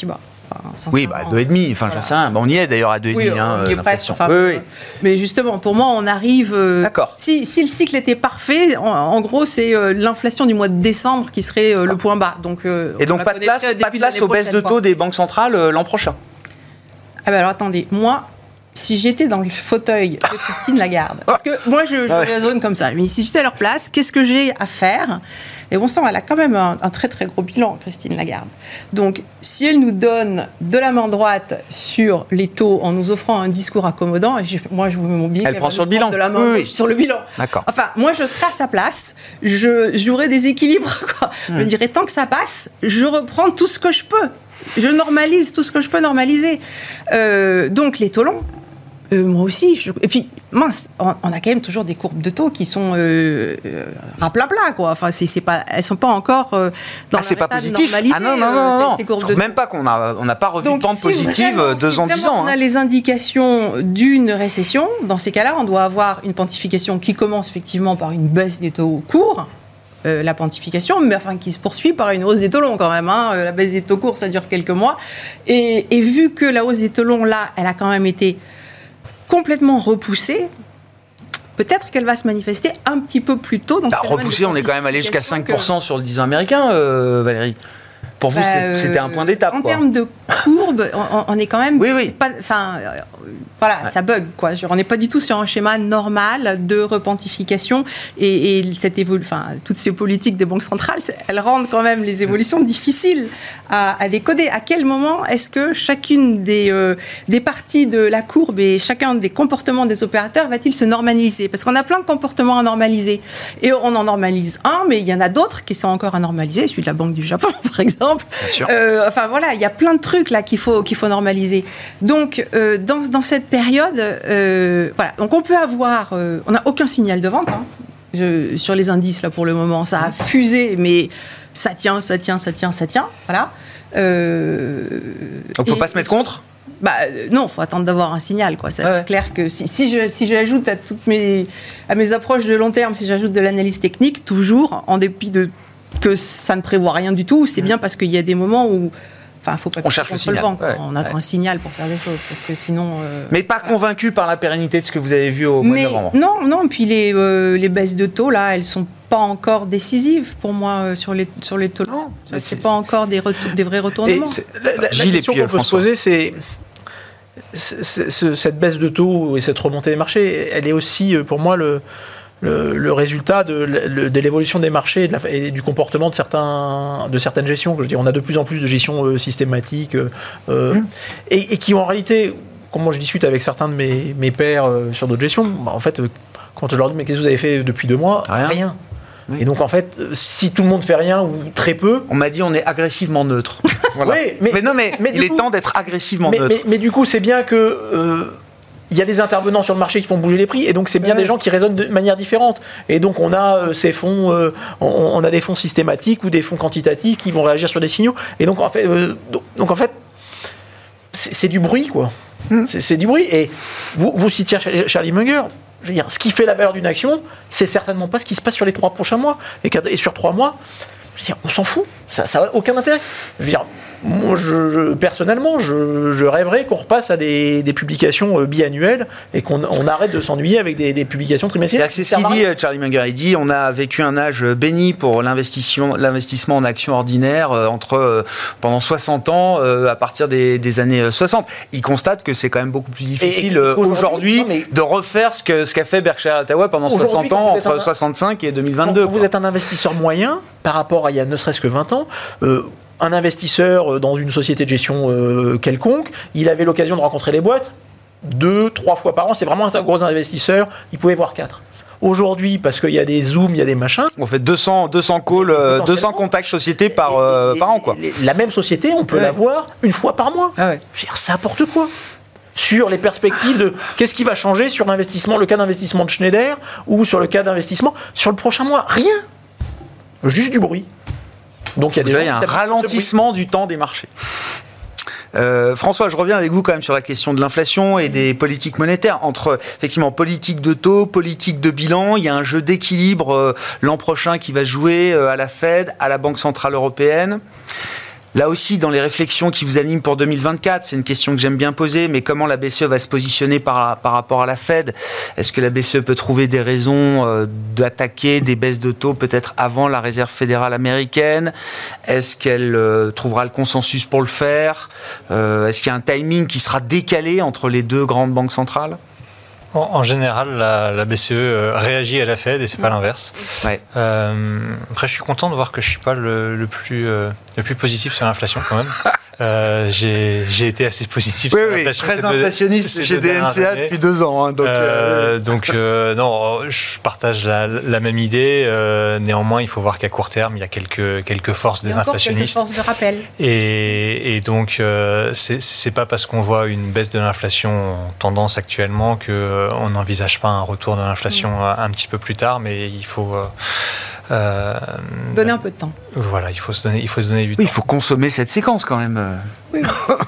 Enfin, oui, bah, deux virgule cinq, enfin, voilà. J'en sais rien. Bah, on y est d'ailleurs à deux virgule cinq. Oui, hein, on y est presque. Enfin, oui, oui. Mais justement, pour moi, on arrive... Euh, D'accord. Si, si le cycle était parfait, en, en gros, c'est euh, l'inflation du mois de décembre qui serait euh, le point bas. Donc, euh, Et donc, pas de place, pas de place aux baisses de taux quoi. Des banques centrales euh, l'an prochain. Ah ben alors, attendez. Moi... Si j'étais dans le fauteuil de Christine Lagarde, parce que moi je, je ouais. raisonne comme ça, mais si j'étais à leur place, qu'est-ce que j'ai à faire? Et bon sang, elle a quand même un, un très très gros bilan, Christine Lagarde. Donc si elle nous donne de la main droite sur les taux en nous offrant un discours accommodant, et moi je vous mets mon billet, elle prend sur le bilan, de la main oui, oui. sur le bilan. D'accord. Enfin, moi je serais à sa place, je jouerais des équilibres, quoi. Mmh. Je dirais tant que ça passe, je reprends tout ce que je peux. Je normalise tout ce que je peux normaliser. Euh, donc les taux longs. Euh, moi aussi. Je... Et puis, mince, on, on a quand même toujours des courbes de taux qui sont euh, euh, à plat plat, quoi. Enfin, c'est, c'est pas, elles sont pas encore euh, dans ah, c'est pas positif. Ah non, non, non, non. Ces, ces je trouve même pas qu'on a, on n'a pas revu de pente si positive vraiment, deux si ans, dix ans. On hein. a les indications d'une récession. Dans ces cas-là, on doit avoir une pontification qui commence effectivement par une baisse des taux courts. Euh, la pontification, mais enfin qui se poursuit par une hausse des taux longs quand même. Hein. Euh, la baisse des taux courts, ça dure quelques mois. Et, et vu que la hausse des taux longs, là, elle a quand même été complètement repoussée, peut-être qu'elle va se manifester un petit peu plus tôt. Bah, repoussée, on est quand même allé jusqu'à cinq pour cent que... sur le dix ans américain, euh, Valérie. Pour vous, bah, c'était un point d'étape. En quoi. termes de courbe, on, on est quand même... Oui, oui. Enfin, euh, voilà, ouais. ça bug, quoi. On n'est pas du tout sur un schéma normal de repontification. Et, et cette évolu- enfin, toutes ces politiques des banques centrales, elles rendent quand même les évolutions difficiles à, à décoder. À quel moment est-ce que chacune des, euh, des parties de la courbe et chacun des comportements des opérateurs va-t-il se normaliser? Parce qu'on a plein de comportements à normaliser. Et on en normalise un, mais il y en a d'autres qui sont encore à normaliser. Celui de la Banque du Japon, par exemple. Euh, enfin voilà, il y a plein de trucs là qu'il faut qu'il faut normaliser. Donc euh, dans dans cette période, euh, voilà, donc on peut avoir, euh, on n'a aucun signal de vente hein, je, sur les indices là pour le moment, ça a fusé, mais ça tient, ça tient, ça tient, ça tient, voilà. Euh, donc faut et, pas se mettre contre. Bah euh, non, faut attendre d'avoir un signal quoi. Ça ouais. C'est clair que si, si je si j'ajoute à toutes mes à mes approches de long terme, si j'ajoute de l'analyse technique, toujours en dépit de que ça ne prévoit rien du tout, c'est mmh. bien parce qu'il y a des moments où enfin, faut pas on cherche le signal. Le vent, ouais. On attend ouais. un signal pour faire des choses, parce que sinon. Euh, Mais pas voilà. convaincu par la pérennité de ce que vous avez vu au mois Mais de novembre. Non, non. Puis les euh, les baisses de taux là, elles sont pas encore décisives pour moi euh, sur les sur les taux. Non, c'est, c'est pas encore des retour, des vrais retournements. La, la, la question qu'on peut se poser, c'est, c'est, c'est, c'est cette baisse de taux et cette remontée des marchés, elle est aussi pour moi le Le, le résultat de, le, de l'évolution des marchés et, de la, et du comportement de, certains, de certaines gestions. Je veux dire, on a de plus en plus de gestions euh, systématiques euh, mmh. et, et qui en réalité, comme moi je discute avec certains de mes, mes pairs euh, sur d'autres gestions, bah, en fait, euh, quand je leur dis mais qu'est-ce que vous avez fait depuis deux mois? Rien. rien. Oui. Et donc en fait, si tout le monde fait rien ou très peu, on m'a dit on est agressivement neutre. Voilà. Oui, mais, mais non, mais, mais il est coup, temps d'être agressivement mais, neutre. Mais, mais du coup, c'est bien que euh, il y a des intervenants sur le marché qui font bouger les prix, et donc c'est bien ouais. des gens qui raisonnent de manière différente. Et donc on a euh, ces fonds, euh, on, on a des fonds systématiques ou des fonds quantitatifs qui vont réagir sur des signaux. Et donc en fait, euh, donc, donc en fait, c'est, c'est du bruit quoi. Mmh. C'est, c'est du bruit. Et vous, vous citiez Charlie Munger. Je veux dire, ce qui fait la valeur d'une action, c'est certainement pas ce qui se passe sur les trois prochains mois. Et, et sur trois mois, je veux dire, on s'en fout. Ça n'a aucun intérêt. Je veux dire, moi, je, je, personnellement, je, je rêverais qu'on repasse à des, des publications biannuelles et qu'on on arrête de s'ennuyer avec des, des publications trimestrielles. C'est ce qu'il dit, Charlie Munger. Il dit on a vécu un âge béni pour l'investissement, l'investissement en actions ordinaires euh, entre euh, pendant soixante ans euh, à partir des, des années soixante. Il constate que c'est quand même beaucoup plus difficile et, et, aujourd'hui, aujourd'hui de refaire ce, que, ce qu'a fait Berkshire Hathaway pendant soixante ans, entre un, soixante-cinq et deux mille vingt-deux. Quand vous êtes un investisseur moyen par rapport à il y a ne serait-ce que vingt ans, euh, un investisseur dans une société de gestion euh, quelconque, il avait l'occasion de rencontrer les boîtes deux, trois fois par an. C'est vraiment un gros investisseur, il pouvait voir quatre. Aujourd'hui, parce qu'il y a des Zooms, il y a des machins. On fait deux cents, deux cents calls, euh, deux cents contacts sociétés par, euh, par an. Quoi. La même société, on peut ouais. la voir une fois par mois. Ah ouais. Je veux dire, ça apporte quoi ? Sur les perspectives de qu'est-ce qui va changer sur l'investissement, le cas d'investissement de Schneider ou sur le cas d'investissement sur le prochain mois ? Rien. Juste du bruit. Donc il y a, déjà, il y a un ralentissement du temps des marchés. Euh, François, je reviens avec vous quand même sur la question de l'inflation et des politiques monétaires. Entre effectivement politique de taux, politique de bilan, il y a un jeu d'équilibre euh, l'an prochain qui va se jouer euh, à la Fed, à la Banque Centrale Européenne. Là aussi, dans les réflexions qui vous animent pour deux mille vingt-quatre, c'est une question que j'aime bien poser, mais comment la B C E va se positionner par, par rapport à la Fed? Est-ce que la B C E peut trouver des raisons euh, d'attaquer des baisses de taux peut-être avant la Réserve fédérale américaine? Est-ce qu'elle euh, trouvera le consensus pour le faire? euh, Est-ce qu'il y a un timing qui sera décalé entre les deux grandes banques centrales? En, en général, la, la B C E réagit à la Fed et c'est pas l'inverse. Ouais. Euh, après, je suis content de voir que je suis pas le, le plus euh, le plus positif sur l'inflation quand même. Euh, j'ai, j'ai été assez positif oui, sur oui, l'inflation. très inflationniste chez D N C A depuis deux ans. Hein, donc, euh, euh... donc euh, non, je partage la, la même idée. Euh, néanmoins, il faut voir qu'à court terme, il y a quelques, quelques forces des inflationnistes. Quelques forces de rappel. Et, et donc, euh, c'est, c'est pas parce qu'on voit une baisse de l'inflation en tendance actuellement qu'on n'envisage pas un retour de l'inflation mmh. un petit peu plus tard, mais il faut... Euh, Euh, donner un peu de temps. Voilà, il faut se donner, il faut se donner du oui, temps. Il faut consommer cette séquence quand même. Oui.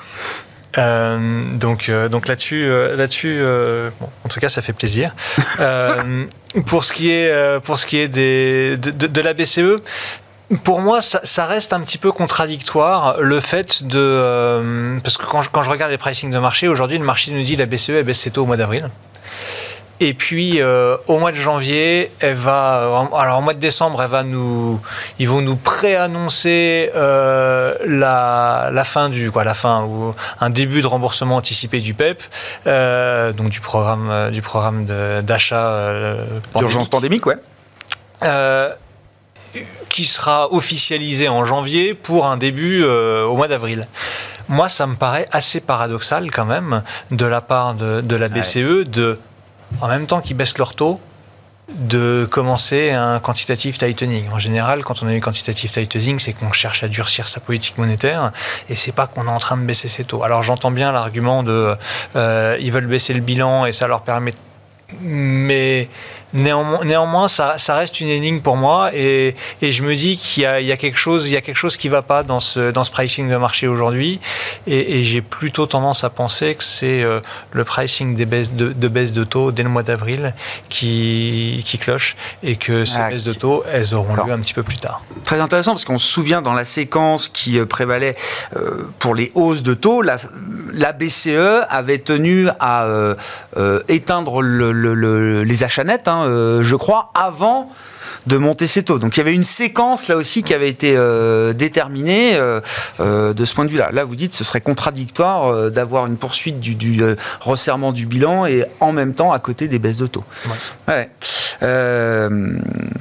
euh, donc, euh, donc là-dessus, euh, là-dessus, euh, bon, en tout cas, ça fait plaisir. euh, pour ce qui est, euh, pour ce qui est des, de, de, de la B C E. Pour moi, ça, ça reste un petit peu contradictoire le fait de euh, parce que quand je, quand je regarde les pricing de marché aujourd'hui, le marché nous dit la B C E elle baisse ses taux au mois d'avril. Et puis euh, au mois de janvier, elle va. Alors au mois de décembre, elle va nous. Ils vont nous pré-annoncer euh, la, la fin du quoi, la fin ou un début de remboursement anticipé du P E P, euh, donc du programme euh, du programme de, d'achat euh, d'urgence pandémique, ouais. Euh, qui sera officialisé en janvier pour un début euh, au mois d'avril. Moi, ça me paraît assez paradoxal quand même de la part de, de la B C E de en même temps qu'ils baissent leur taux, de commencer un quantitative tightening. En général, quand on a eu quantitative tightening, c'est qu'on cherche à durcir sa politique monétaire et c'est pas qu'on est en train de baisser ses taux. Alors j'entends bien l'argument de euh, ils veulent baisser le bilan et ça leur permet, mais Néanmoins, néanmoins ça, ça reste une énigme pour moi et, et je me dis qu'il y a, il y a quelque chose, il y a quelque chose qui ne va pas dans ce, dans ce pricing de marché aujourd'hui et, et j'ai plutôt tendance à penser que c'est euh, le pricing des baisses de, de baisse de taux dès le mois d'avril qui, qui cloche et que ces ah, baisses de taux, elles auront lieu un petit peu plus tard. Très intéressant parce qu'on se souvient dans la séquence qui prévalait euh, pour les hausses de taux, la, la B C E avait tenu à euh, euh, éteindre le, le, le, les achats nets, hein, Euh, je crois, avant de monter ses taux. Donc il y avait une séquence là aussi qui avait été euh, déterminée euh, euh, de ce point de vue-là. Là, vous dites ce serait contradictoire euh, d'avoir une poursuite du, du euh, resserrement du bilan et en même temps à côté des baisses de taux. Ouais. Ouais. Euh,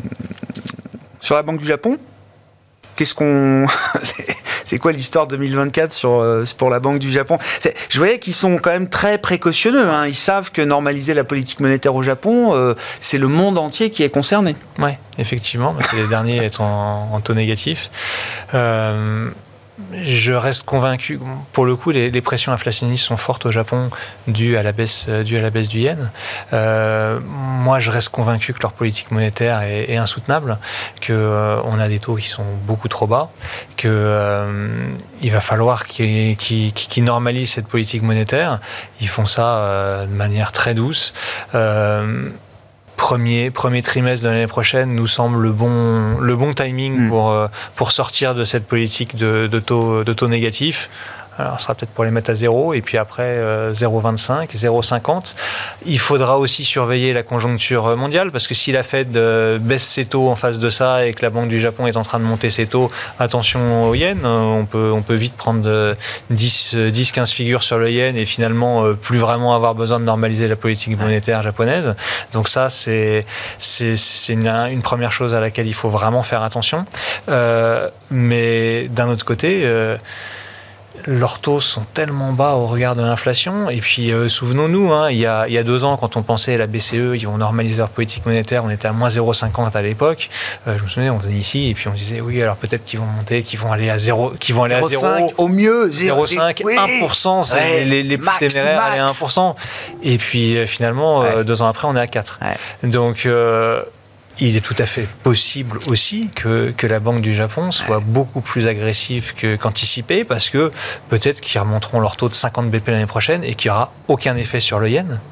sur la Banque du Japon, qu'est-ce qu'on... C'est quoi l'histoire deux mille vingt-quatre sur, euh, pour la Banque du Japon? C'est, je voyais qu'ils sont quand même très précautionneux. Hein. Ils savent que normaliser la politique monétaire au Japon, euh, c'est le monde entier qui est concerné. Oui, effectivement. Les derniers étant en, en taux négatif. Euh, je reste convaincu. Pour le coup, les, les pressions inflationnistes sont fortes au Japon dues à la baisse, dues à la baisse du yen. Euh, moi, je reste convaincu que leur politique monétaire est, est insoutenable, qu'on euh, a des taux qui sont beaucoup trop bas, qu'il euh, va falloir qu'ils, qu'ils, qu'ils normalisent cette politique monétaire. Ils font ça euh, de manière très douce. Euh, Premier, premier trimestre de l'année prochaine nous semble le bon, le bon timing mmh. pour, pour sortir de cette politique de, de, taux, de taux négatifs. Alors, ce sera peut-être pour les mettre à zéro, et puis après euh, zéro virgule vingt-cinq, zéro virgule cinquante. Il faudra aussi surveiller la conjoncture mondiale, parce que si la Fed euh, baisse ses taux en face de ça et que la Banque du Japon est en train de monter ses taux, attention au yen, on peut, on peut vite prendre euh, dix à quinze figures sur le yen et finalement euh, plus vraiment avoir besoin de normaliser la politique monétaire japonaise. Donc ça, c'est, c'est, c'est une, une première chose à laquelle il faut vraiment faire attention. Euh, mais d'un autre côté... Euh, leurs taux sont tellement bas au regard de l'inflation. Et puis, euh, souvenons-nous, hein, il, y a, il y a deux ans, quand on pensait à la B C E, ils vont normaliser leur politique monétaire, on était à moins zéro virgule cinquante à l'époque. Euh, je me souviens, on venait ici et puis on disait, oui, alors peut-être qu'ils vont monter, qu'ils vont aller à zéro, qu'ils vont aller à zéro. Au mieux, zéro virgule cinq, oui. un pour cent, c'est ouais, les, les plus téméraires allaient à un pour cent. Et puis, euh, finalement, ouais. euh, deux ans après, on est à quatre. Ouais. Donc... Euh, il est tout à fait possible aussi que, que la Banque du Japon soit ouais. beaucoup plus agressive que, qu'anticipé, parce que peut-être qu'ils remonteront leur taux de cinquante B P l'année prochaine et qu'il n'y aura aucun effet sur le yen.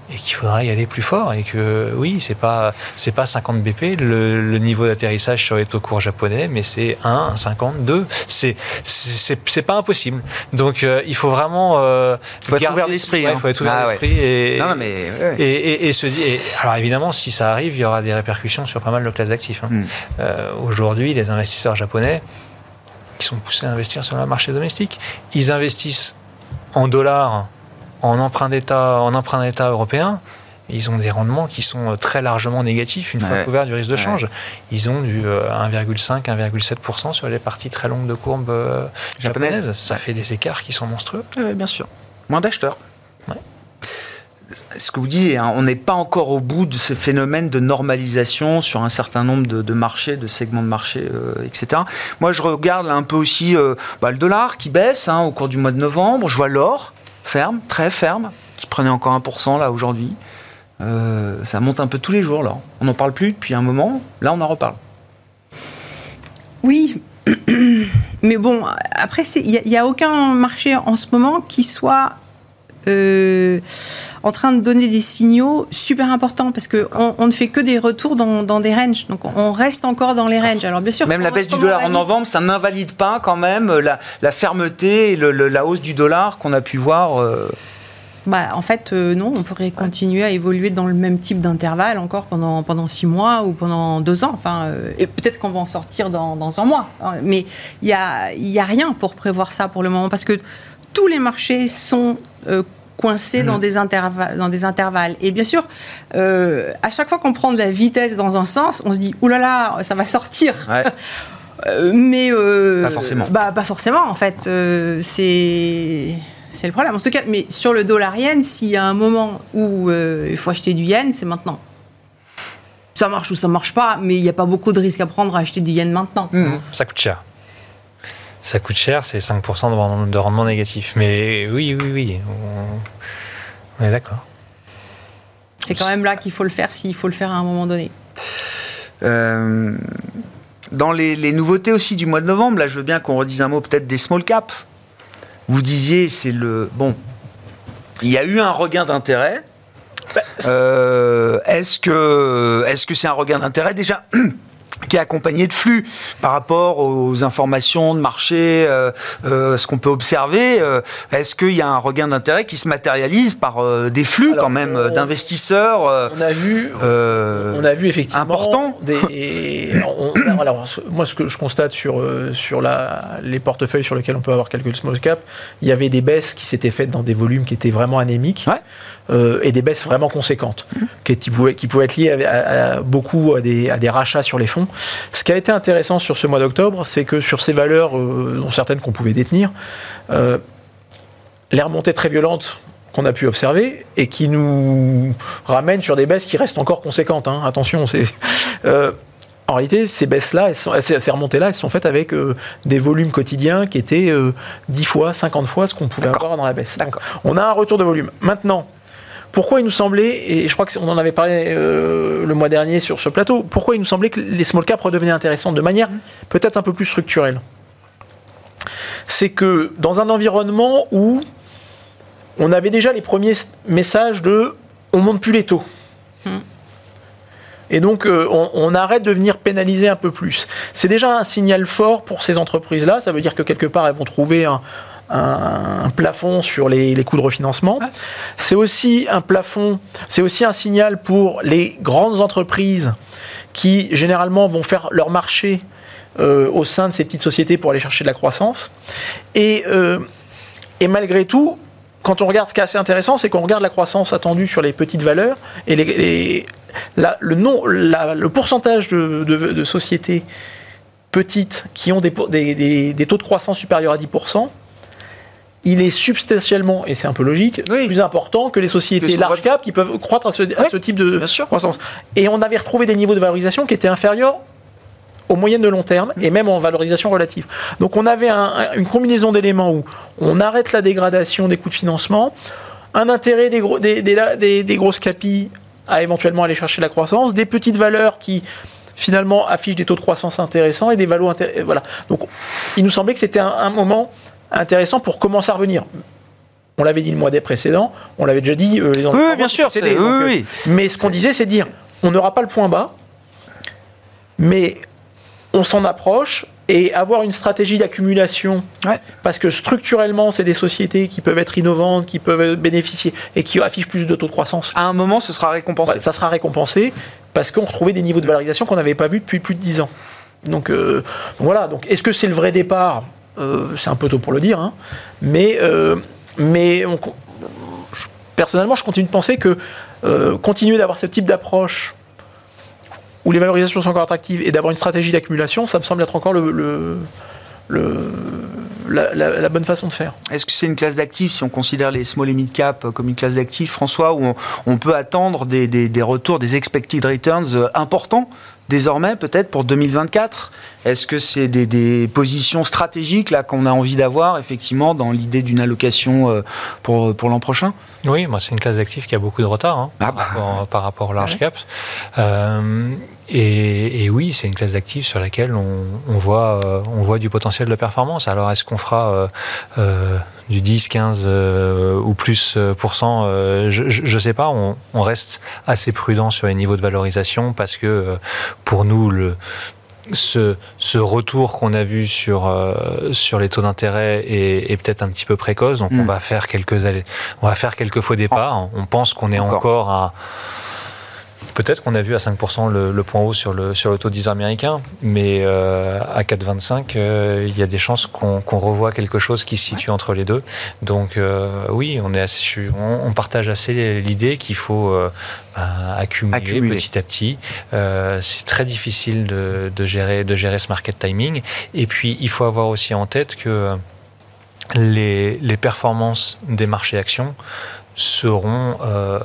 et qu'il faudra y aller plus fort et que oui, c'est pas c'est pas cinquante B P le, le niveau d'atterrissage sur les taux courts japonais, mais c'est un, cinquante, deux. C'est c'est c'est pas impossible. Donc euh, il faut vraiment euh, faut être ouvert d'esprit. Il ouais, hein. faut être ouvert ah, d'esprit ouais. et, non, non, mais, ouais. et, et, et se dire. Et, alors évidemment, si ça arrive, il y aura des répercussions sur pas mal de classes d'actifs. Hein. Mm. Euh, aujourd'hui, les investisseurs japonais qui sont poussés à investir sur le marché domestique, ils investissent en dollars, en emprunt d'État, en emprunt d'État européen. Ils ont des rendements qui sont très largement négatifs une fois ouais. couverts du risque de change. Ouais. Ils ont du un virgule cinq à un virgule sept pour cent sur les parties très longues de courbe euh, japonaises. japonaises. Ça ouais. fait des écarts qui sont monstrueux. Oui, bien sûr. Moins d'acheteurs. Ouais. Ce que vous dites, hein, on n'est pas encore au bout de ce phénomène de normalisation sur un certain nombre de, de marchés, de segments de marché, euh, et cetera. Moi, je regarde là, un peu aussi euh, bah, le dollar qui baisse hein, au cours du mois de novembre. Je vois l'or ferme, très ferme, qui prenait encore un pour cent là aujourd'hui. Euh, ça monte un peu tous les jours là. On n'en parle plus depuis un moment. Là, on en reparle. Oui, mais bon, après, il n'y a, a aucun marché en ce moment qui soit euh, en train de donner des signaux super importants parce qu'on on ne fait que des retours dans, dans des ranges. Donc, on reste encore dans les ranges. Alors, bien sûr, même la baisse du dollar en novembre, ça n'invalide pas quand même la, la fermeté et le, le, la hausse du dollar qu'on a pu voir. Euh... Bah, en fait, euh, non, on pourrait continuer à évoluer dans le même type d'intervalle encore pendant, pendant six mois ou pendant deux ans. Enfin, euh, et peut-être qu'on va en sortir dans, dans un mois. Mais il n'y a, y a rien pour prévoir ça pour le moment parce que tous les marchés sont euh, coincés mmh. dans, des intervalles, dans des intervalles. Et bien sûr, euh, à chaque fois qu'on prend de la vitesse dans un sens, on se dit « Ouh là là, ça va sortir ouais. !» Mais... Euh, pas forcément. Bah, pas forcément, en fait. Euh, c'est... C'est le problème. En tout cas, mais sur le dollar yen, s'il y a un moment où euh, il faut acheter du yen, c'est maintenant. Ça marche ou ça marche pas, mais il n'y a pas beaucoup de risques à prendre à acheter du yen maintenant. Mmh. Ça coûte cher. Ça coûte cher, c'est cinq pour cent de rendement, de rendement négatif. Mais oui, oui, oui, on, on est d'accord. C'est quand même là qu'il faut le faire, s'il faut le faire à un moment donné. Euh, dans les, les nouveautés aussi du mois de novembre, là, je veux bien qu'on redise un mot peut-être des small caps. Vous disiez, c'est le... Bon, il y a eu un regain d'intérêt. Bah, euh, est-ce que, est-ce que c'est un regain d'intérêt déjà qui est accompagné de flux par rapport aux informations de marché, euh, euh, ce qu'on peut observer, euh, est-ce qu'il y a un regain d'intérêt qui se matérialise par euh, des flux alors, quand même on, d'investisseurs euh, on a vu, euh, on a vu effectivement important. Des, on, alors, moi, ce que je constate sur sur la, les portefeuilles sur lesquels on peut avoir quelques small cap, il y avait des baisses qui s'étaient faites dans des volumes qui étaient vraiment anémiques. Ouais. Euh, et des baisses vraiment conséquentes, mmh. qui, qui, pouvaient, qui pouvaient être liées à, à, à beaucoup à des, à des rachats sur les fonds. Ce qui a été intéressant sur ce mois d'octobre, c'est que sur ces valeurs, euh, dont certaines qu'on pouvait détenir, euh, les remontées très violentes qu'on a pu observer et qui nous ramènent sur des baisses qui restent encore conséquentes. Hein. Attention, c'est... Euh, en réalité, ces baisses-là, elles sont, ces remontées-là, elles sont faites avec euh, des volumes quotidiens qui étaient euh, dix fois, cinquante fois ce qu'on pouvait D'accord. avoir dans la baisse. Donc, on a un retour de volume. Maintenant, pourquoi il nous semblait, et je crois qu'on en avait parlé euh, le mois dernier sur ce plateau, pourquoi il nous semblait que les small caps redevenaient intéressantes de manière peut-être un peu plus structurelle ? C'est que dans un environnement où on avait déjà les premiers messages de « on ne monte plus les taux mmh. ». Et donc, euh, on, on arrête de venir pénaliser un peu plus. C'est déjà un signal fort pour ces entreprises-là. Ça veut dire que quelque part, elles vont trouver un... Un, un plafond sur les, les coûts de refinancement. Ah. C'est aussi un plafond, c'est aussi un signal pour les grandes entreprises qui généralement vont faire leur marché euh, au sein de ces petites sociétés pour aller chercher de la croissance. Et, euh, et malgré tout, quand on regarde, ce qui est assez intéressant, c'est qu'on regarde la croissance attendue sur les petites valeurs et les, les, la, le, non, la, le pourcentage de, de, de sociétés petites qui ont des, des, des, des taux de croissance supérieurs à dix pour cent. Il est substantiellement, et c'est un peu logique, oui. plus important que les sociétés que large cap qui peuvent croître à ce, oui. à ce type de croissance. Et on avait retrouvé des niveaux de valorisation qui étaient inférieurs aux moyennes de long terme, mmh. et même en valorisation relative. Donc on avait un, une combinaison d'éléments où on arrête la dégradation des coûts de financement, un intérêt des, gros, des, des, des, des grosses capis à éventuellement aller chercher la croissance, des petites valeurs qui finalement affichent des taux de croissance intéressants et des valos intéressants. Voilà. Donc il nous semblait que c'était un, un moment intéressant pour commencer à revenir. On l'avait dit le mois des précédents, on l'avait déjà dit euh, les Oui, oui bien sûr. C'est, donc, oui, oui. Euh, mais ce qu'on disait, c'est dire, on n'aura pas le point bas, mais on s'en approche, et avoir une stratégie d'accumulation, ouais. parce que structurellement, c'est des sociétés qui peuvent être innovantes, qui peuvent bénéficier, et qui affichent plus de taux de croissance. À un moment, ce sera récompensé. Ouais, ça sera récompensé, parce qu'on retrouvait des niveaux de valorisation qu'on n'avait pas vus depuis plus de dix ans. Donc, euh, donc voilà, donc, est-ce que c'est le vrai départ ? euh, C'est un peu tôt pour le dire, hein, mais, euh, mais on, je, personnellement, je continue de penser que euh, continuer d'avoir ce type d'approche où les valorisations sont encore attractives et d'avoir une stratégie d'accumulation, ça me semble être encore le, le, le, la, la, la bonne façon de faire. Est-ce que c'est une classe d'actifs, si on considère les small et mid cap comme une classe d'actifs, François, où on, on peut attendre des, des, des retours, des expected returns importants désormais, peut-être pour deux mille vingt-quatre? Est-ce que c'est des, des positions stratégiques là qu'on a envie d'avoir, effectivement, dans l'idée d'une allocation euh, pour, pour l'an prochain? Oui, moi, c'est une classe d'actifs qui a beaucoup de retard hein, ah par, bah, rapport, ouais. par rapport au large ouais. cap. Euh, et, et oui, c'est une classe d'actifs sur laquelle on, on, voit, euh, on voit du potentiel de performance. Alors, est-ce qu'on fera euh, euh, du dix, quinze euh, ou plus euh, pour cent euh, Je ne sais pas. On, on reste assez prudent sur les niveaux de valorisation parce que euh, pour nous, le Ce, ce retour qu'on a vu sur, euh, sur les taux d'intérêt est, est peut-être un petit peu précoce, donc mmh. on va faire quelques allées, on va faire quelques faux départs. On pense qu'on est encore, encore à peut-être qu'on a vu à cinq pour cent le, le point haut sur le, sur le taux dix ans américain, mais euh, à quatre virgule vingt-cinq, euh, il y a des chances qu'on, qu'on revoie quelque chose qui se situe entre les deux. Donc euh, oui, on, est assez, on, on partage assez l'idée qu'il faut euh, bah, accumuler, accumuler petit à petit. Euh, c'est très difficile de, de, gérer, de gérer ce market timing. Et puis, il faut avoir aussi en tête que les, les performances des marchés actions seront... Euh,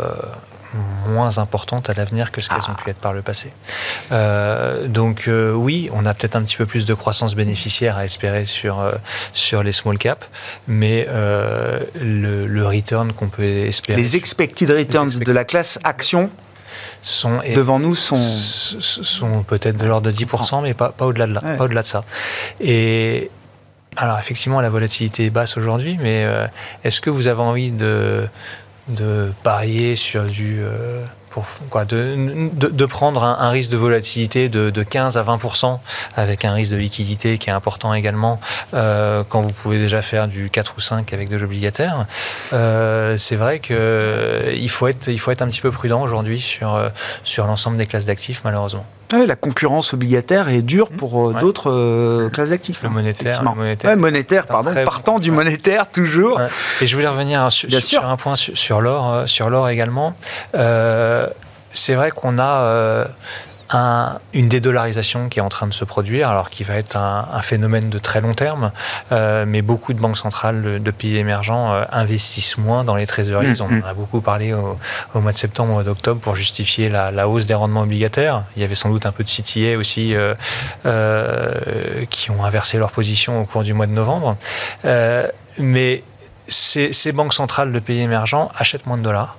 moins importantes à l'avenir que ce qu'elles ah. ont pu être par le passé. Euh, donc euh, oui, on a peut-être un petit peu plus de croissance bénéficiaire à espérer sur, euh, sur les small caps, mais euh, le, le return qu'on peut espérer... Les expected returns expect- de la classe action sont, devant nous sont... sont peut-être de l'ordre de dix pour cent, mais pas, pas, au-delà de là, ouais. pas au-delà de ça. Et alors effectivement, la volatilité est basse aujourd'hui, mais euh, est-ce que vous avez envie de... de parier sur du euh, pour quoi de, de, de prendre un, un risque de volatilité de, de quinze à vingt pour cent avec un risque de liquidité qui est important également euh, quand vous pouvez déjà faire du quatre ou cinq avec de l'obligataire. Euh, c'est vrai que euh, il faut être il faut être un petit peu prudent aujourd'hui sur euh, sur l'ensemble des classes d'actifs malheureusement. Oui, la concurrence obligataire est dure pour ouais. d'autres euh, classes d'actifs. Le monétaire, le monétaire. Ouais, monétaire, pardon, partant bon. du monétaire toujours. Ouais. Et je voulais revenir sur, sur un point sur, sur l'or, sur l'or également. Euh, c'est vrai qu'on a euh, un, une dédollarisation qui est en train de se produire, alors qui va être un, un phénomène de très long terme, euh, mais beaucoup de banques centrales de, de pays émergents euh, investissent moins dans les trésoreries. Mmh, On en a beaucoup parlé au, au mois de septembre, au mois d'octobre, pour justifier la, la hausse des rendements obligataires. Il y avait sans doute un peu de C T A aussi euh, euh, qui ont inversé leur position au cours du mois de novembre. Euh, mais ces, ces banques centrales de pays émergents achètent moins de dollars.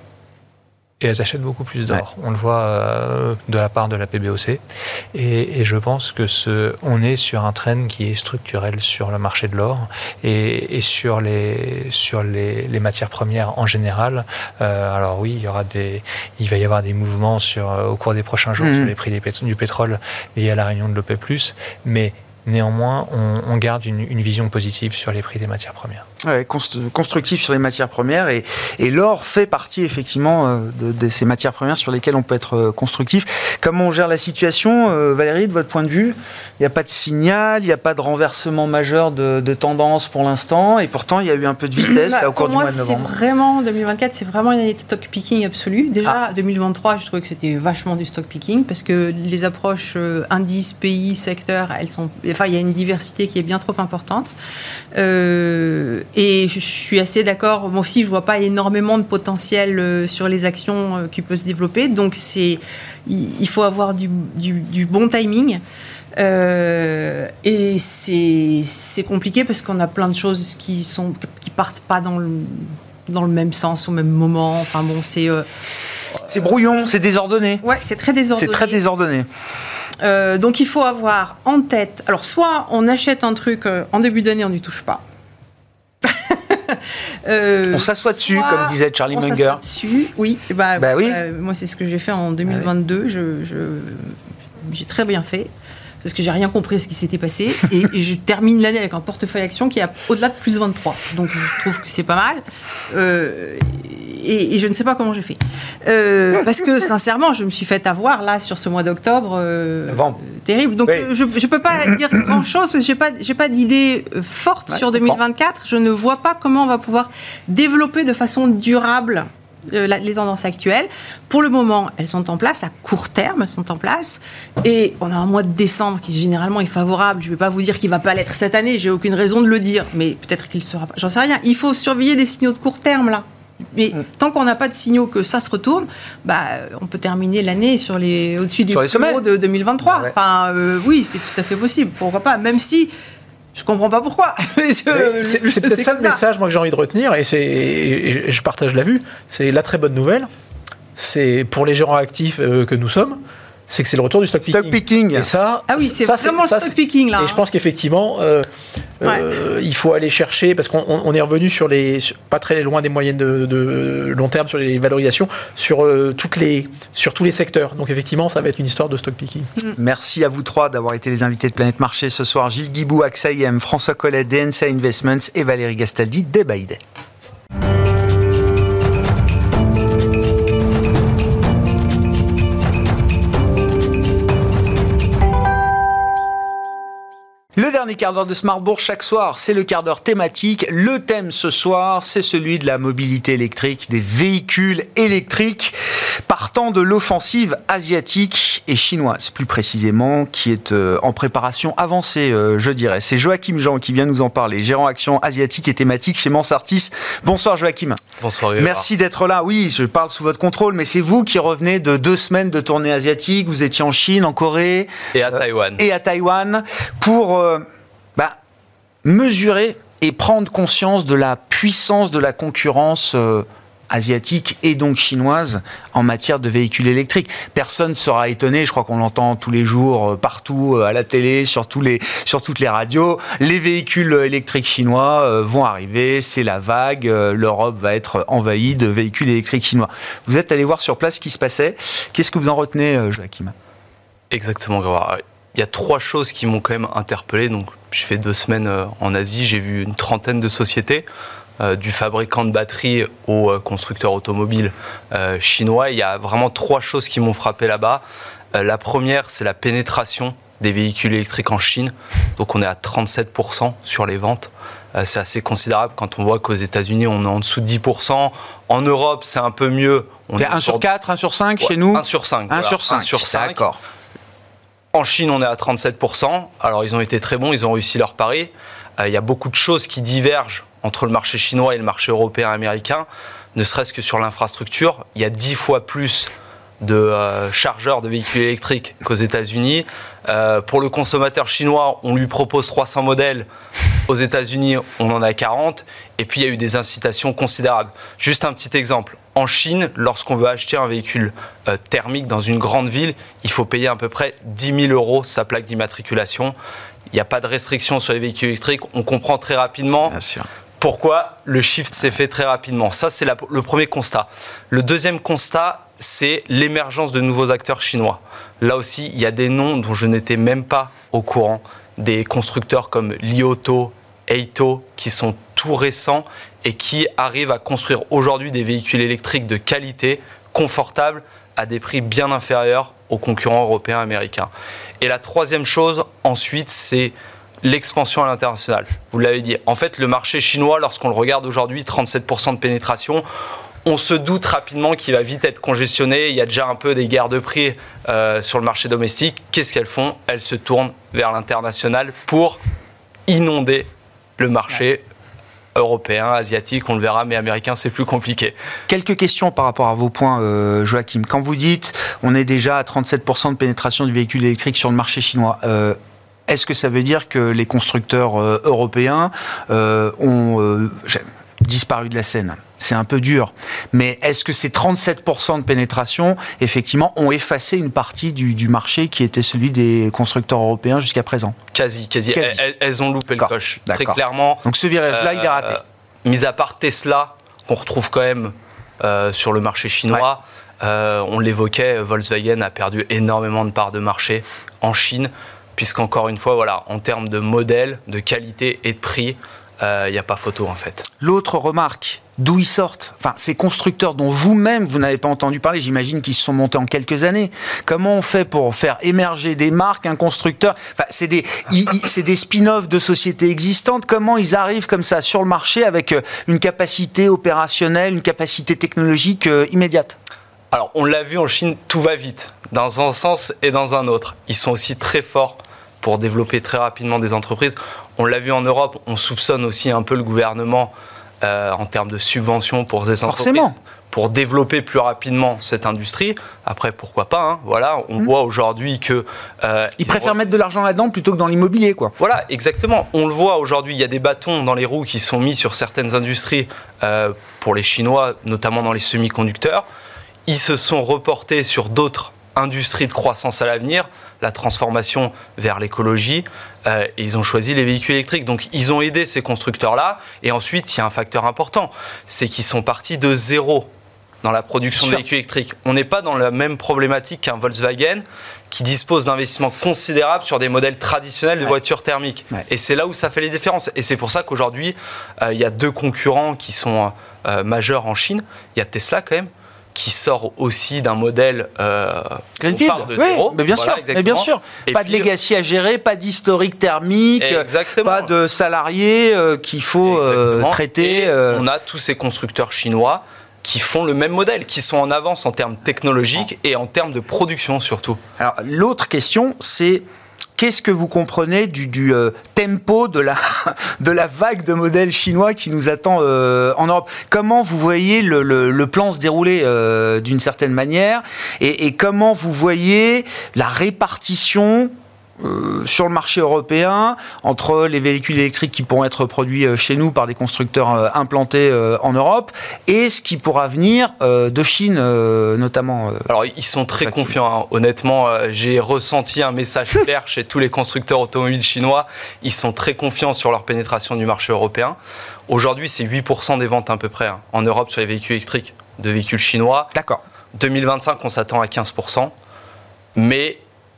Et elles achètent beaucoup plus d'or. Ouais. On le voit euh, de la part de la P B O C. Et, et je pense que ce, on est sur un trend qui est structurel sur le marché de l'or et, et sur les sur les, les matières premières en général. Euh, alors oui, il y aura des, il va y avoir des mouvements sur au cours des prochains jours mmh. sur les prix des pét- du pétrole liés à la réunion de l'O P E plus, mais néanmoins, on, on garde une, une vision positive sur les prix des matières premières. Ouais, constructif sur les matières premières et, et l'or fait partie effectivement de, de ces matières premières sur lesquelles on peut être constructif. Comment on gère la situation, euh, Valérie, de votre point de vue? Il n'y a pas de signal, il n'y a pas de renversement majeur de, de tendance pour l'instant et pourtant il y a eu un peu de vitesse bah, là, au cours du mois de novembre. Pour moi, c'est vraiment, deux mille vingt-quatre, c'est vraiment une année de stock picking absolue. Déjà, ah. deux mille vingt-trois, je trouvais que c'était vachement du stock picking parce que les approches euh, indices, pays, secteurs, elles sont... Enfin, il y a une diversité qui est bien trop importante. Euh, et je suis assez d'accord. Moi aussi, je ne vois pas énormément de potentiel euh, sur les actions euh, qui peuvent se développer. Donc, c'est, il, il faut avoir du, du, du bon timing. Euh, et c'est, c'est compliqué parce qu'on a plein de choses qui sont qui partent pas dans le, dans le même sens au même moment. Enfin bon, c'est... Euh, c'est brouillon, c'est désordonné. Ouais, c'est très désordonné. C'est très désordonné. Euh, donc il faut avoir en tête, alors soit on achète un truc euh, en début d'année, on n'y touche pas, Euh, on s'assoit dessus, soit comme disait Charlie on Munger. s'assoit dessus, oui. Bah, bah oui. Euh, moi, c'est ce que j'ai fait en deux mille vingt-deux. Je, je, j'ai très bien fait. Parce que j'ai rien compris à ce qui s'était passé. Et je termine l'année avec un portefeuille action qui est au-delà de plus vingt-trois. Donc je trouve que c'est pas mal. Euh, et, et je ne sais pas comment j'ai fait. Euh, parce que sincèrement, je me suis fait avoir là sur ce mois d'octobre. Euh, euh, terrible. Donc oui. je ne peux pas dire grand-chose parce que je n'ai pas, j'ai pas d'idée forte ouais, sur deux mille vingt-quatre. Je ne vois pas comment on va pouvoir développer de façon durable Euh, la, les tendances actuelles. Pour le moment, elles sont en place, à court terme, elles sont en place. Et on a un mois de décembre qui, généralement, est favorable. Je ne vais pas vous dire qu'il ne va pas l'être cette année, j'ai aucune raison de le dire, mais peut-être qu'il ne sera pas. J'en sais rien. Il faut surveiller des signaux de court terme, là. Mais mmh. tant qu'on n'a pas de signaux que ça se retourne, bah, on peut terminer l'année sur les, au-dessus du niveau de deux mille vingt-trois. Ouais. Enfin, euh, oui, c'est tout à fait possible. Pourquoi pas, même si... Je comprends pas pourquoi. je, c'est c'est peut-être ça le message moi, que j'ai envie de retenir, et, c'est, et je partage la vue. C'est la très bonne nouvelle. C'est pour les gérants actifs euh, que nous sommes, c'est que c'est le retour du stock picking. Stock picking. Et ça, ah oui, c'est ça, vraiment c'est, le stock picking là. Et je pense qu'effectivement, euh, ouais. euh, il faut aller chercher, parce qu'on on est revenu sur les, sur, pas très loin des moyennes de, de long terme sur les valorisations, sur euh, toutes les, sur tous les secteurs. Donc effectivement, ça va être une histoire de stock picking. Mm. Merci à vous trois d'avoir été les invités de Planète Marché ce soir. Gilles Guibou, A X A I M, François Collet, D N C Investments et Valérie Gastaldi, Day by Day. Le dernier quart d'heure de Smart Bourse chaque soir, c'est le quart d'heure thématique. Le thème ce soir, c'est celui de la mobilité électrique, des véhicules électriques, partant de l'offensive asiatique et chinoise, plus précisément, qui est euh, en préparation avancée, euh, je dirais. C'est Joachim Jean qui vient nous en parler, gérant action asiatique et thématique chez Mansartis. Bonsoir Joachim. Bonsoir. Merci d'être là. Oui, je parle sous votre contrôle, mais c'est vous qui revenez de deux semaines de tournée asiatique. Vous étiez en Chine, en Corée. Et à euh, Taïwan. Et à Taïwan, pour... Euh, Bah, mesurer et prendre conscience de la puissance de la concurrence euh, asiatique et donc chinoise en matière de véhicules électriques. Personne ne sera étonné, je crois qu'on l'entend tous les jours, euh, partout, euh, à la télé, sur, tous les, sur toutes les radios. Les véhicules électriques chinois euh, vont arriver, c'est la vague, euh, l'Europe va être envahie de véhicules électriques chinois. Vous êtes allé voir sur place ce qui se passait. Qu'est-ce que vous en retenez, euh, Joachim ? Exactement, Grégoire. Il y a trois choses qui m'ont quand même interpellé. Donc, j'ai fait deux semaines en Asie, j'ai vu une trentaine de sociétés, euh, du fabricant de batteries au constructeur automobile euh, chinois. Il y a vraiment trois choses qui m'ont frappé là-bas. Euh, la première, c'est la pénétration des véhicules électriques en Chine. Donc, on est à trente-sept pour cent sur les ventes. Euh, c'est assez considérable quand on voit qu'aux États-Unis, on est en dessous de dix pour cent. En Europe, c'est un peu mieux. On c'est est un sur quatre, un sur cinq ouais, chez nous un sur cinq. un Voilà, sur cinq. un sur cinq. D'accord. En Chine, on est à trente-sept pour cent. Alors, ils ont été très bons, ils ont réussi leur pari. Euh, il y a beaucoup de choses qui divergent entre le marché chinois et le marché européen et américain, ne serait-ce que sur l'infrastructure. Il y a dix fois plus de euh, chargeurs de véhicules électriques qu'aux États-Unis. Euh, pour le consommateur chinois, on lui propose trois cents modèles. Aux États-Unis, on en a quarante. Et puis, il y a eu des incitations considérables. Juste un petit exemple. En Chine, lorsqu'on veut acheter un véhicule euh, thermique dans une grande ville, il faut payer à peu près dix mille euros sa plaque d'immatriculation. Il n'y a pas de restriction sur les véhicules électriques. On comprend très rapidement Bien sûr. pourquoi le shift s'est fait très rapidement. Ça, c'est la, le premier constat. Le deuxième constat, c'est l'émergence de nouveaux acteurs chinois. Là aussi, il y a des noms dont je n'étais même pas au courant. Des constructeurs comme Li Auto, Eito, qui sont tout récents et qui arrivent à construire aujourd'hui des véhicules électriques de qualité, confortables, à des prix bien inférieurs aux concurrents européens et américains. Et la troisième chose, ensuite, c'est l'expansion à l'international. Vous l'avez dit. En fait, le marché chinois, lorsqu'on le regarde aujourd'hui, trente-sept pour cent de pénétration, on se doute rapidement qu'il va vite être congestionné. Il y a déjà un peu des guerres de prix euh, sur le marché domestique. Qu'est-ce qu'elles font ? Elles se tournent vers l'international pour inonder le marché européen, asiatique, on le verra, mais américain, c'est plus compliqué. Quelques questions par rapport à vos points, euh, Joachim. Quand vous dites on est déjà à trente-sept pour cent de pénétration du véhicule électrique sur le marché chinois, euh, est-ce que ça veut dire que les constructeurs euh, européens euh, ont euh, disparu de la scène ? C'est un peu dur. Mais est-ce que ces trente-sept pour cent de pénétration, effectivement, ont effacé une partie du, du marché qui était celui des constructeurs européens jusqu'à présent ? Quasi, quasi. quasi. Elles, elles ont loupé D'accord. le coche, D'accord. très clairement. Donc ce virage-là, euh, il est raté. mis à part Tesla, qu'on retrouve quand même euh, sur le marché chinois, ouais. euh, on l'évoquait, Volkswagen a perdu énormément de parts de marché en Chine, puisqu'encore une fois, voilà, en termes de modèle, de qualité et de prix, il euh, n'y a pas photo en fait. L'autre remarque, d'où ils sortent? Enfin, ces constructeurs dont vous-même, vous n'avez pas entendu parler, j'imagine qu'ils se sont montés en quelques années. Comment on fait pour faire émerger des marques, un constructeur? Enfin, c'est des, ils, c'est des spin-offs de sociétés existantes. Comment ils arrivent comme ça sur le marché avec une capacité opérationnelle, une capacité technologique euh, immédiate? Alors, on l'a vu en Chine, tout va vite, dans un sens et dans un autre. Ils sont aussi très forts pour développer très rapidement des entreprises. On l'a vu en Europe, on soupçonne aussi un peu le gouvernement euh, en termes de subventions pour ces entreprises. Forcément. Pour développer plus rapidement cette industrie. Après, pourquoi pas, hein, voilà, on mmh. voit aujourd'hui que... Euh, ils, ils préfèrent re... mettre de l'argent là-dedans plutôt que dans l'immobilier, quoi. Voilà, exactement. On le voit aujourd'hui, il y a des bâtons dans les roues qui sont mis sur certaines industries, euh, pour les Chinois, notamment dans les semi-conducteurs. Ils se sont reportés sur d'autres industries de croissance à l'avenir, la transformation vers l'écologie, euh, et ils ont choisi les véhicules électriques. Donc ils ont aidé ces constructeurs-là, et ensuite il y a un facteur important, c'est qu'ils sont partis de zéro dans la production de véhicules électriques. On n'est pas dans la même problématique qu'un Volkswagen qui dispose d'investissements considérables sur des modèles traditionnels de ouais. voitures thermiques. Ouais. Et c'est là où ça fait les différences. Et c'est pour ça qu'aujourd'hui, euh, il y a deux concurrents qui sont euh, majeurs en Chine. Il y a Tesla quand même, qui sort aussi d'un modèle euh, Greenfield, de oui, zéro. Mais bien voilà, sûr, mais bien sûr. Et pas puis, de legacy à gérer, pas d'historique thermique, exactement. pas de salariés euh, qu'il faut euh, traiter. Euh... On a tous ces constructeurs chinois qui font le même modèle, qui sont en avance en termes technologiques et en termes de production surtout. Alors l'autre question, c'est qu'est-ce que vous comprenez du, du euh, tempo de la, de la vague de modèles chinois qui nous attend euh, en Europe? Comment vous voyez le, le, le plan se dérouler euh, d'une certaine manière et, et comment vous voyez la répartition Euh, sur le marché européen, entre les véhicules électriques qui pourront être produits euh, chez nous par des constructeurs euh, implantés euh, en Europe et ce qui pourra venir euh, de Chine euh, notamment euh, Alors ils sont très confiants, hein. Honnêtement, euh, j'ai ressenti un message clair chez tous les constructeurs automobiles chinois. Ils sont très confiants sur leur pénétration du marché européen. Aujourd'hui, c'est huit pour cent des ventes à peu près, hein, en Europe sur les véhicules électriques de véhicules chinois. D'accord. deux mille vingt-cinq, on s'attend à quinze pour cent. Mais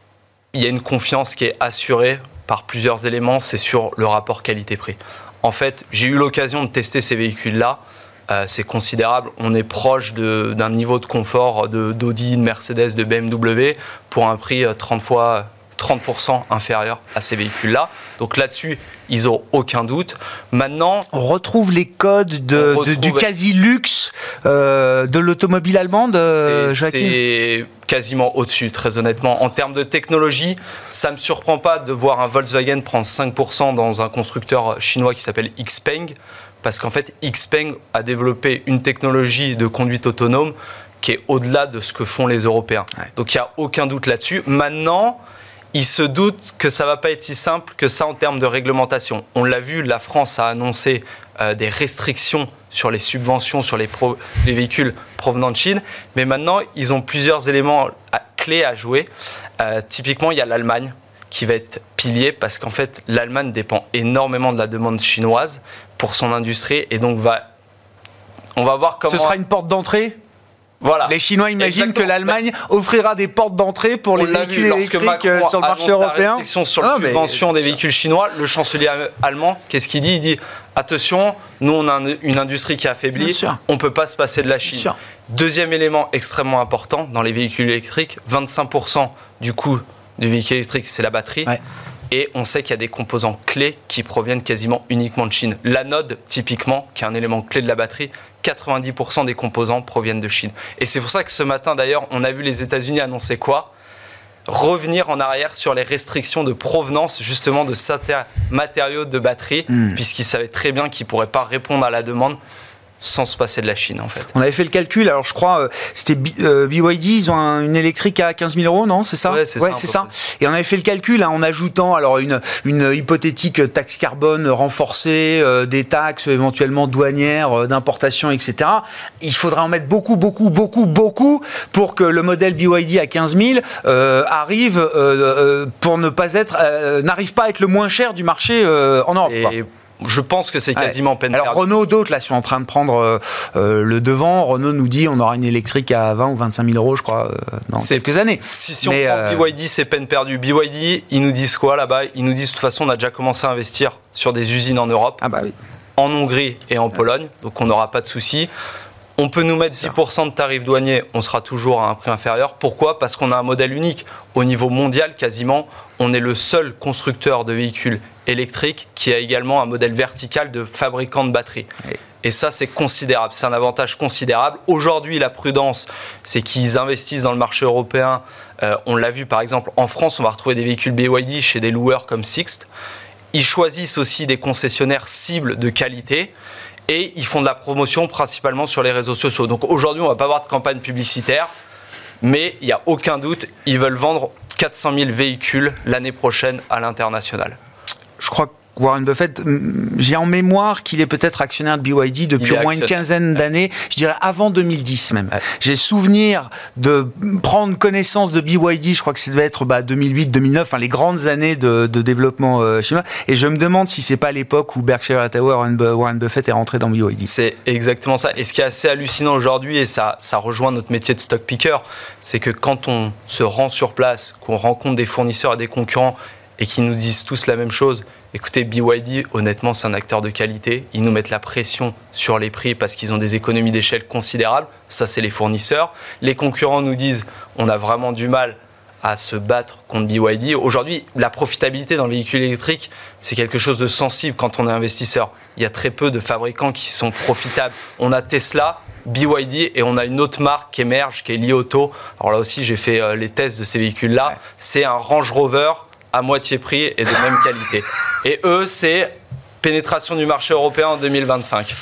il y a une confiance qui est assurée par plusieurs éléments, c'est sur le rapport qualité-prix. En fait, j'ai eu l'occasion de tester ces véhicules-là, euh, c'est considérable, on est proche de, d'un niveau de confort de, d'Audi, de Mercedes, de B M W, pour un prix trente fois, trente pour cent inférieur à ces véhicules-là. Donc là-dessus, ils n'ont aucun doute. Maintenant, on retrouve les codes de, retrouve... de, du quasi-luxe euh, de l'automobile allemande, c'est, Joachim. C'est quasiment au-dessus, très honnêtement. En termes de technologie, ça ne me surprend pas de voir un Volkswagen prendre cinq pour cent dans un constructeur chinois qui s'appelle Xpeng, parce qu'en fait, Xpeng a développé une technologie de conduite autonome qui est au-delà de ce que font les Européens. Ouais. Donc il n'y a aucun doute là-dessus. Maintenant, ils se doutent que ça ne va pas être si simple que ça en termes de réglementation. On l'a vu, la France a annoncé euh, des restrictions sur les subventions sur les, pro- les véhicules provenant de Chine, mais maintenant, ils ont plusieurs éléments à, clés à jouer. Euh, typiquement, il y a l'Allemagne qui va être pilier parce qu'en fait, l'Allemagne dépend énormément de la demande chinoise pour son industrie et donc va, on va voir comment... Ce sera une porte d'entrée ? Voilà. Les Chinois imaginent Exactement. que l'Allemagne offrira des portes d'entrée pour les véhicules électriques sur le marché européen. La restriction sur la subvention des véhicules chinois, le chancelier allemand, qu'est-ce qu'il dit ? Il dit attention, nous on a une industrie qui est affaiblie, on ne peut pas se passer de la Chine. Deuxième élément extrêmement important dans les véhicules électriques, vingt-cinq pour cent du coût du véhicule électrique, c'est la batterie. Ouais. Et on sait qu'il y a des composants clés qui proviennent quasiment uniquement de Chine. L'anode, typiquement, qui est un élément clé de la batterie, quatre-vingt-dix pour cent des composants proviennent de Chine. Et c'est pour ça que ce matin, d'ailleurs, on a vu les États-Unis annoncer quoi ? Revenir en arrière sur les restrictions de provenance, justement, de certains matériaux de batterie, mmh. puisqu'ils savaient très bien qu'ils ne pourraient pas répondre à la demande sans se passer de la Chine, en fait. On avait fait le calcul, alors je crois, euh, c'était B, euh, B Y D, ils ont un, une électrique à quinze mille euros, non ? C'est ça ? Ouais, c'est ouais, ça. C'est ça. Et on avait fait le calcul hein, en ajoutant alors une, une hypothétique taxe carbone renforcée, euh, des taxes éventuellement douanières, euh, d'importation, et cetera. Il faudra en mettre beaucoup, beaucoup, beaucoup, beaucoup pour que le modèle B Y D à quinze mille euh, arrive, euh, euh, pour ne pas être, euh, n'arrive pas à être le moins cher du marché euh, en Europe. Et... Quoi. Je pense que c'est quasiment ouais. peine Alors perdue. Renault, d'autres là sont en train de prendre euh, euh, le devant. Renault nous dit on aura une électrique à vingt ou vingt-cinq mille euros, je crois, euh, dans C'est- quelques années. Si, si Mais, on prend euh, B Y D, c'est peine perdue. B Y D, ils nous disent quoi là-bas? Ils nous disent de toute façon, on a déjà commencé à investir sur des usines en Europe, Ah bah oui. en Hongrie et en Pologne, donc on n'aura pas de souci. On peut nous mettre dix pour cent de tarifs douaniers, on sera toujours à un prix inférieur. Pourquoi? Parce qu'on a un modèle unique. Au niveau mondial, quasiment, on est le seul constructeur de véhicules électriques qui a également un modèle vertical de fabricant de batteries. Oui. Et ça, c'est considérable, c'est un avantage considérable. Aujourd'hui, la prudence, c'est qu'ils investissent dans le marché européen. Euh, on l'a vu, par exemple, en France, on va retrouver des véhicules B Y D chez des loueurs comme Sixt. Ils choisissent aussi des concessionnaires cibles de qualité. Et ils font de la promotion principalement sur les réseaux sociaux. Donc aujourd'hui, on ne va pas avoir de campagne publicitaire, mais il n'y a aucun doute, ils veulent vendre quatre cent mille véhicules l'année prochaine à l'international. Je crois que Warren Buffett, j'ai en mémoire qu'il est peut-être actionnaire de B Y D depuis Il est au moins une actionnaire. quinzaine d'années, je dirais avant deux mille dix même. Ouais. J'ai souvenir de prendre connaissance de B Y D, je crois que ça devait être bah, deux mille huit deux mille neuf, enfin, les grandes années de, de développement euh, chinois, et je me demande si c'est pas l'époque où Berkshire Hathaway, Warren, Warren Buffett est rentré dans B Y D. C'est exactement ça. Et ce qui est assez hallucinant aujourd'hui, et ça, ça rejoint notre métier de stock picker, c'est que quand on se rend sur place, qu'on rencontre des fournisseurs et des concurrents, et qu'ils nous disent tous la même chose, écoutez, B Y D, honnêtement, c'est un acteur de qualité. Ils nous mettent la pression sur les prix parce qu'ils ont des économies d'échelle considérables. Ça, c'est les fournisseurs. Les concurrents nous disent, on a vraiment du mal à se battre contre B Y D. Aujourd'hui, la profitabilité dans le véhicule électrique, c'est quelque chose de sensible quand on est investisseur. Il y a très peu de fabricants qui sont profitables. On a Tesla, B Y D et on a une autre marque qui émerge, qui est Li Auto. Alors là aussi, j'ai fait euh, les tests de ces véhicules-là. Ouais. C'est un Range Rover à moitié prix et de même qualité. Et eux, c'est pénétration du marché européen en deux mille vingt-cinq.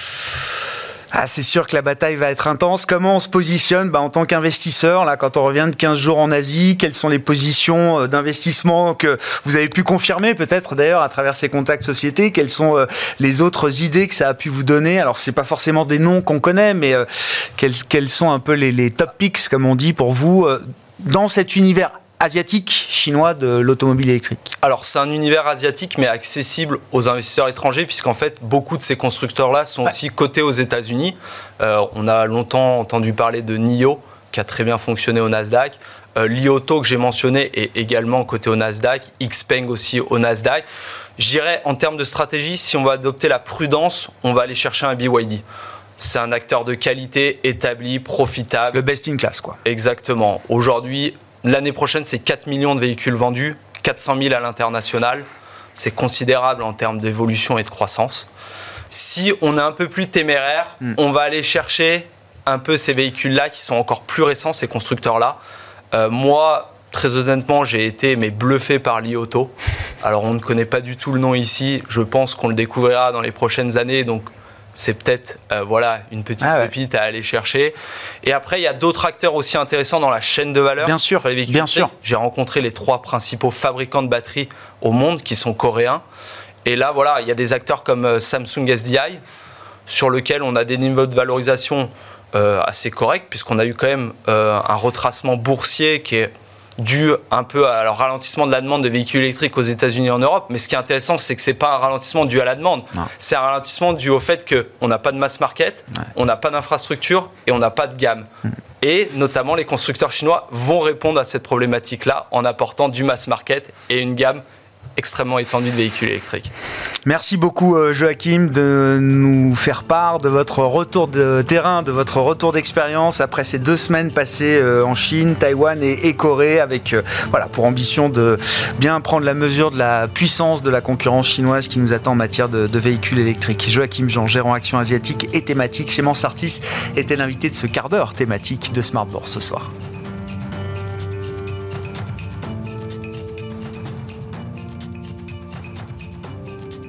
Ah, c'est sûr que la bataille va être intense. Comment on se positionne bah, en tant qu'investisseur là, quand on revient de quinze jours en Asie? Quelles sont les positions d'investissement que vous avez pu confirmer peut-être d'ailleurs à travers ces contacts sociétés? Quelles sont euh, les autres idées que ça a pu vous donner? Alors, c'est pas forcément des noms qu'on connaît, mais euh, quels, quels sont un peu les, les top picks, comme on dit, pour vous, euh, dans cet univers asiatique, chinois de l'automobile électrique? Alors, c'est un univers asiatique, mais accessible aux investisseurs étrangers, puisqu'en fait, beaucoup de ces constructeurs-là sont ouais. aussi cotés aux États-Unis. Euh, on a longtemps entendu parler de N I O, qui a très bien fonctionné au Nasdaq. Euh, Li Auto, que j'ai mentionné, est également coté au Nasdaq. Xpeng aussi au Nasdaq. Je dirais, en termes de stratégie, si on va adopter la prudence, on va aller chercher un B Y D. C'est un acteur de qualité, établi, profitable. Le best in class, quoi. Exactement. Aujourd'hui, l'année prochaine, c'est quatre millions de véhicules vendus, quatre cent mille à l'international. C'est considérable en termes d'évolution et de croissance. Si on est un peu plus téméraire, mmh. on va aller chercher un peu ces véhicules-là qui sont encore plus récents, ces constructeurs-là. Euh, moi, très honnêtement, j'ai été mais bluffé par Li Auto. Alors, on ne connaît pas du tout le nom ici. Je pense qu'on le découvrira dans les prochaines années. Donc, c'est peut-être euh, voilà, une petite ah ouais. pépite à aller chercher. Et après, il y a d'autres acteurs aussi intéressants dans la chaîne de valeur. Bien sûr, sur les véhicules bien sûr. J'ai rencontré les trois principaux fabricants de batteries au monde qui sont coréens. Et là, voilà, il y a des acteurs comme euh, Samsung S D I, sur lequel on a des niveaux de valorisation euh, assez corrects, puisqu'on a eu quand même euh, un retracement boursier qui est dû un peu à alors, ralentissement de la demande de véhicules électriques aux États-Unis et en Europe. Mais ce qui est intéressant, c'est que ce n'est pas un ralentissement dû à la demande. Non. C'est un ralentissement dû au fait qu'on n'a pas de mass market, ouais. on n'a pas d'infrastructure et on n'a pas de gamme. Mmh. Et notamment, les constructeurs chinois vont répondre à cette problématique-là en apportant du mass market et une gamme extrêmement étendue de véhicules électriques. Merci beaucoup Joachim de nous faire part de votre retour de terrain, de votre retour d'expérience après ces deux semaines passées en Chine, Taïwan et, et Corée avec euh, voilà, pour ambition de bien prendre la mesure de la puissance de la concurrence chinoise qui nous attend en matière de, de véhicules électriques. Joachim Jean, gérant action asiatique et thématique chez Mansartis, était l'invité de ce quart d'heure thématique de Smart Bourse ce soir.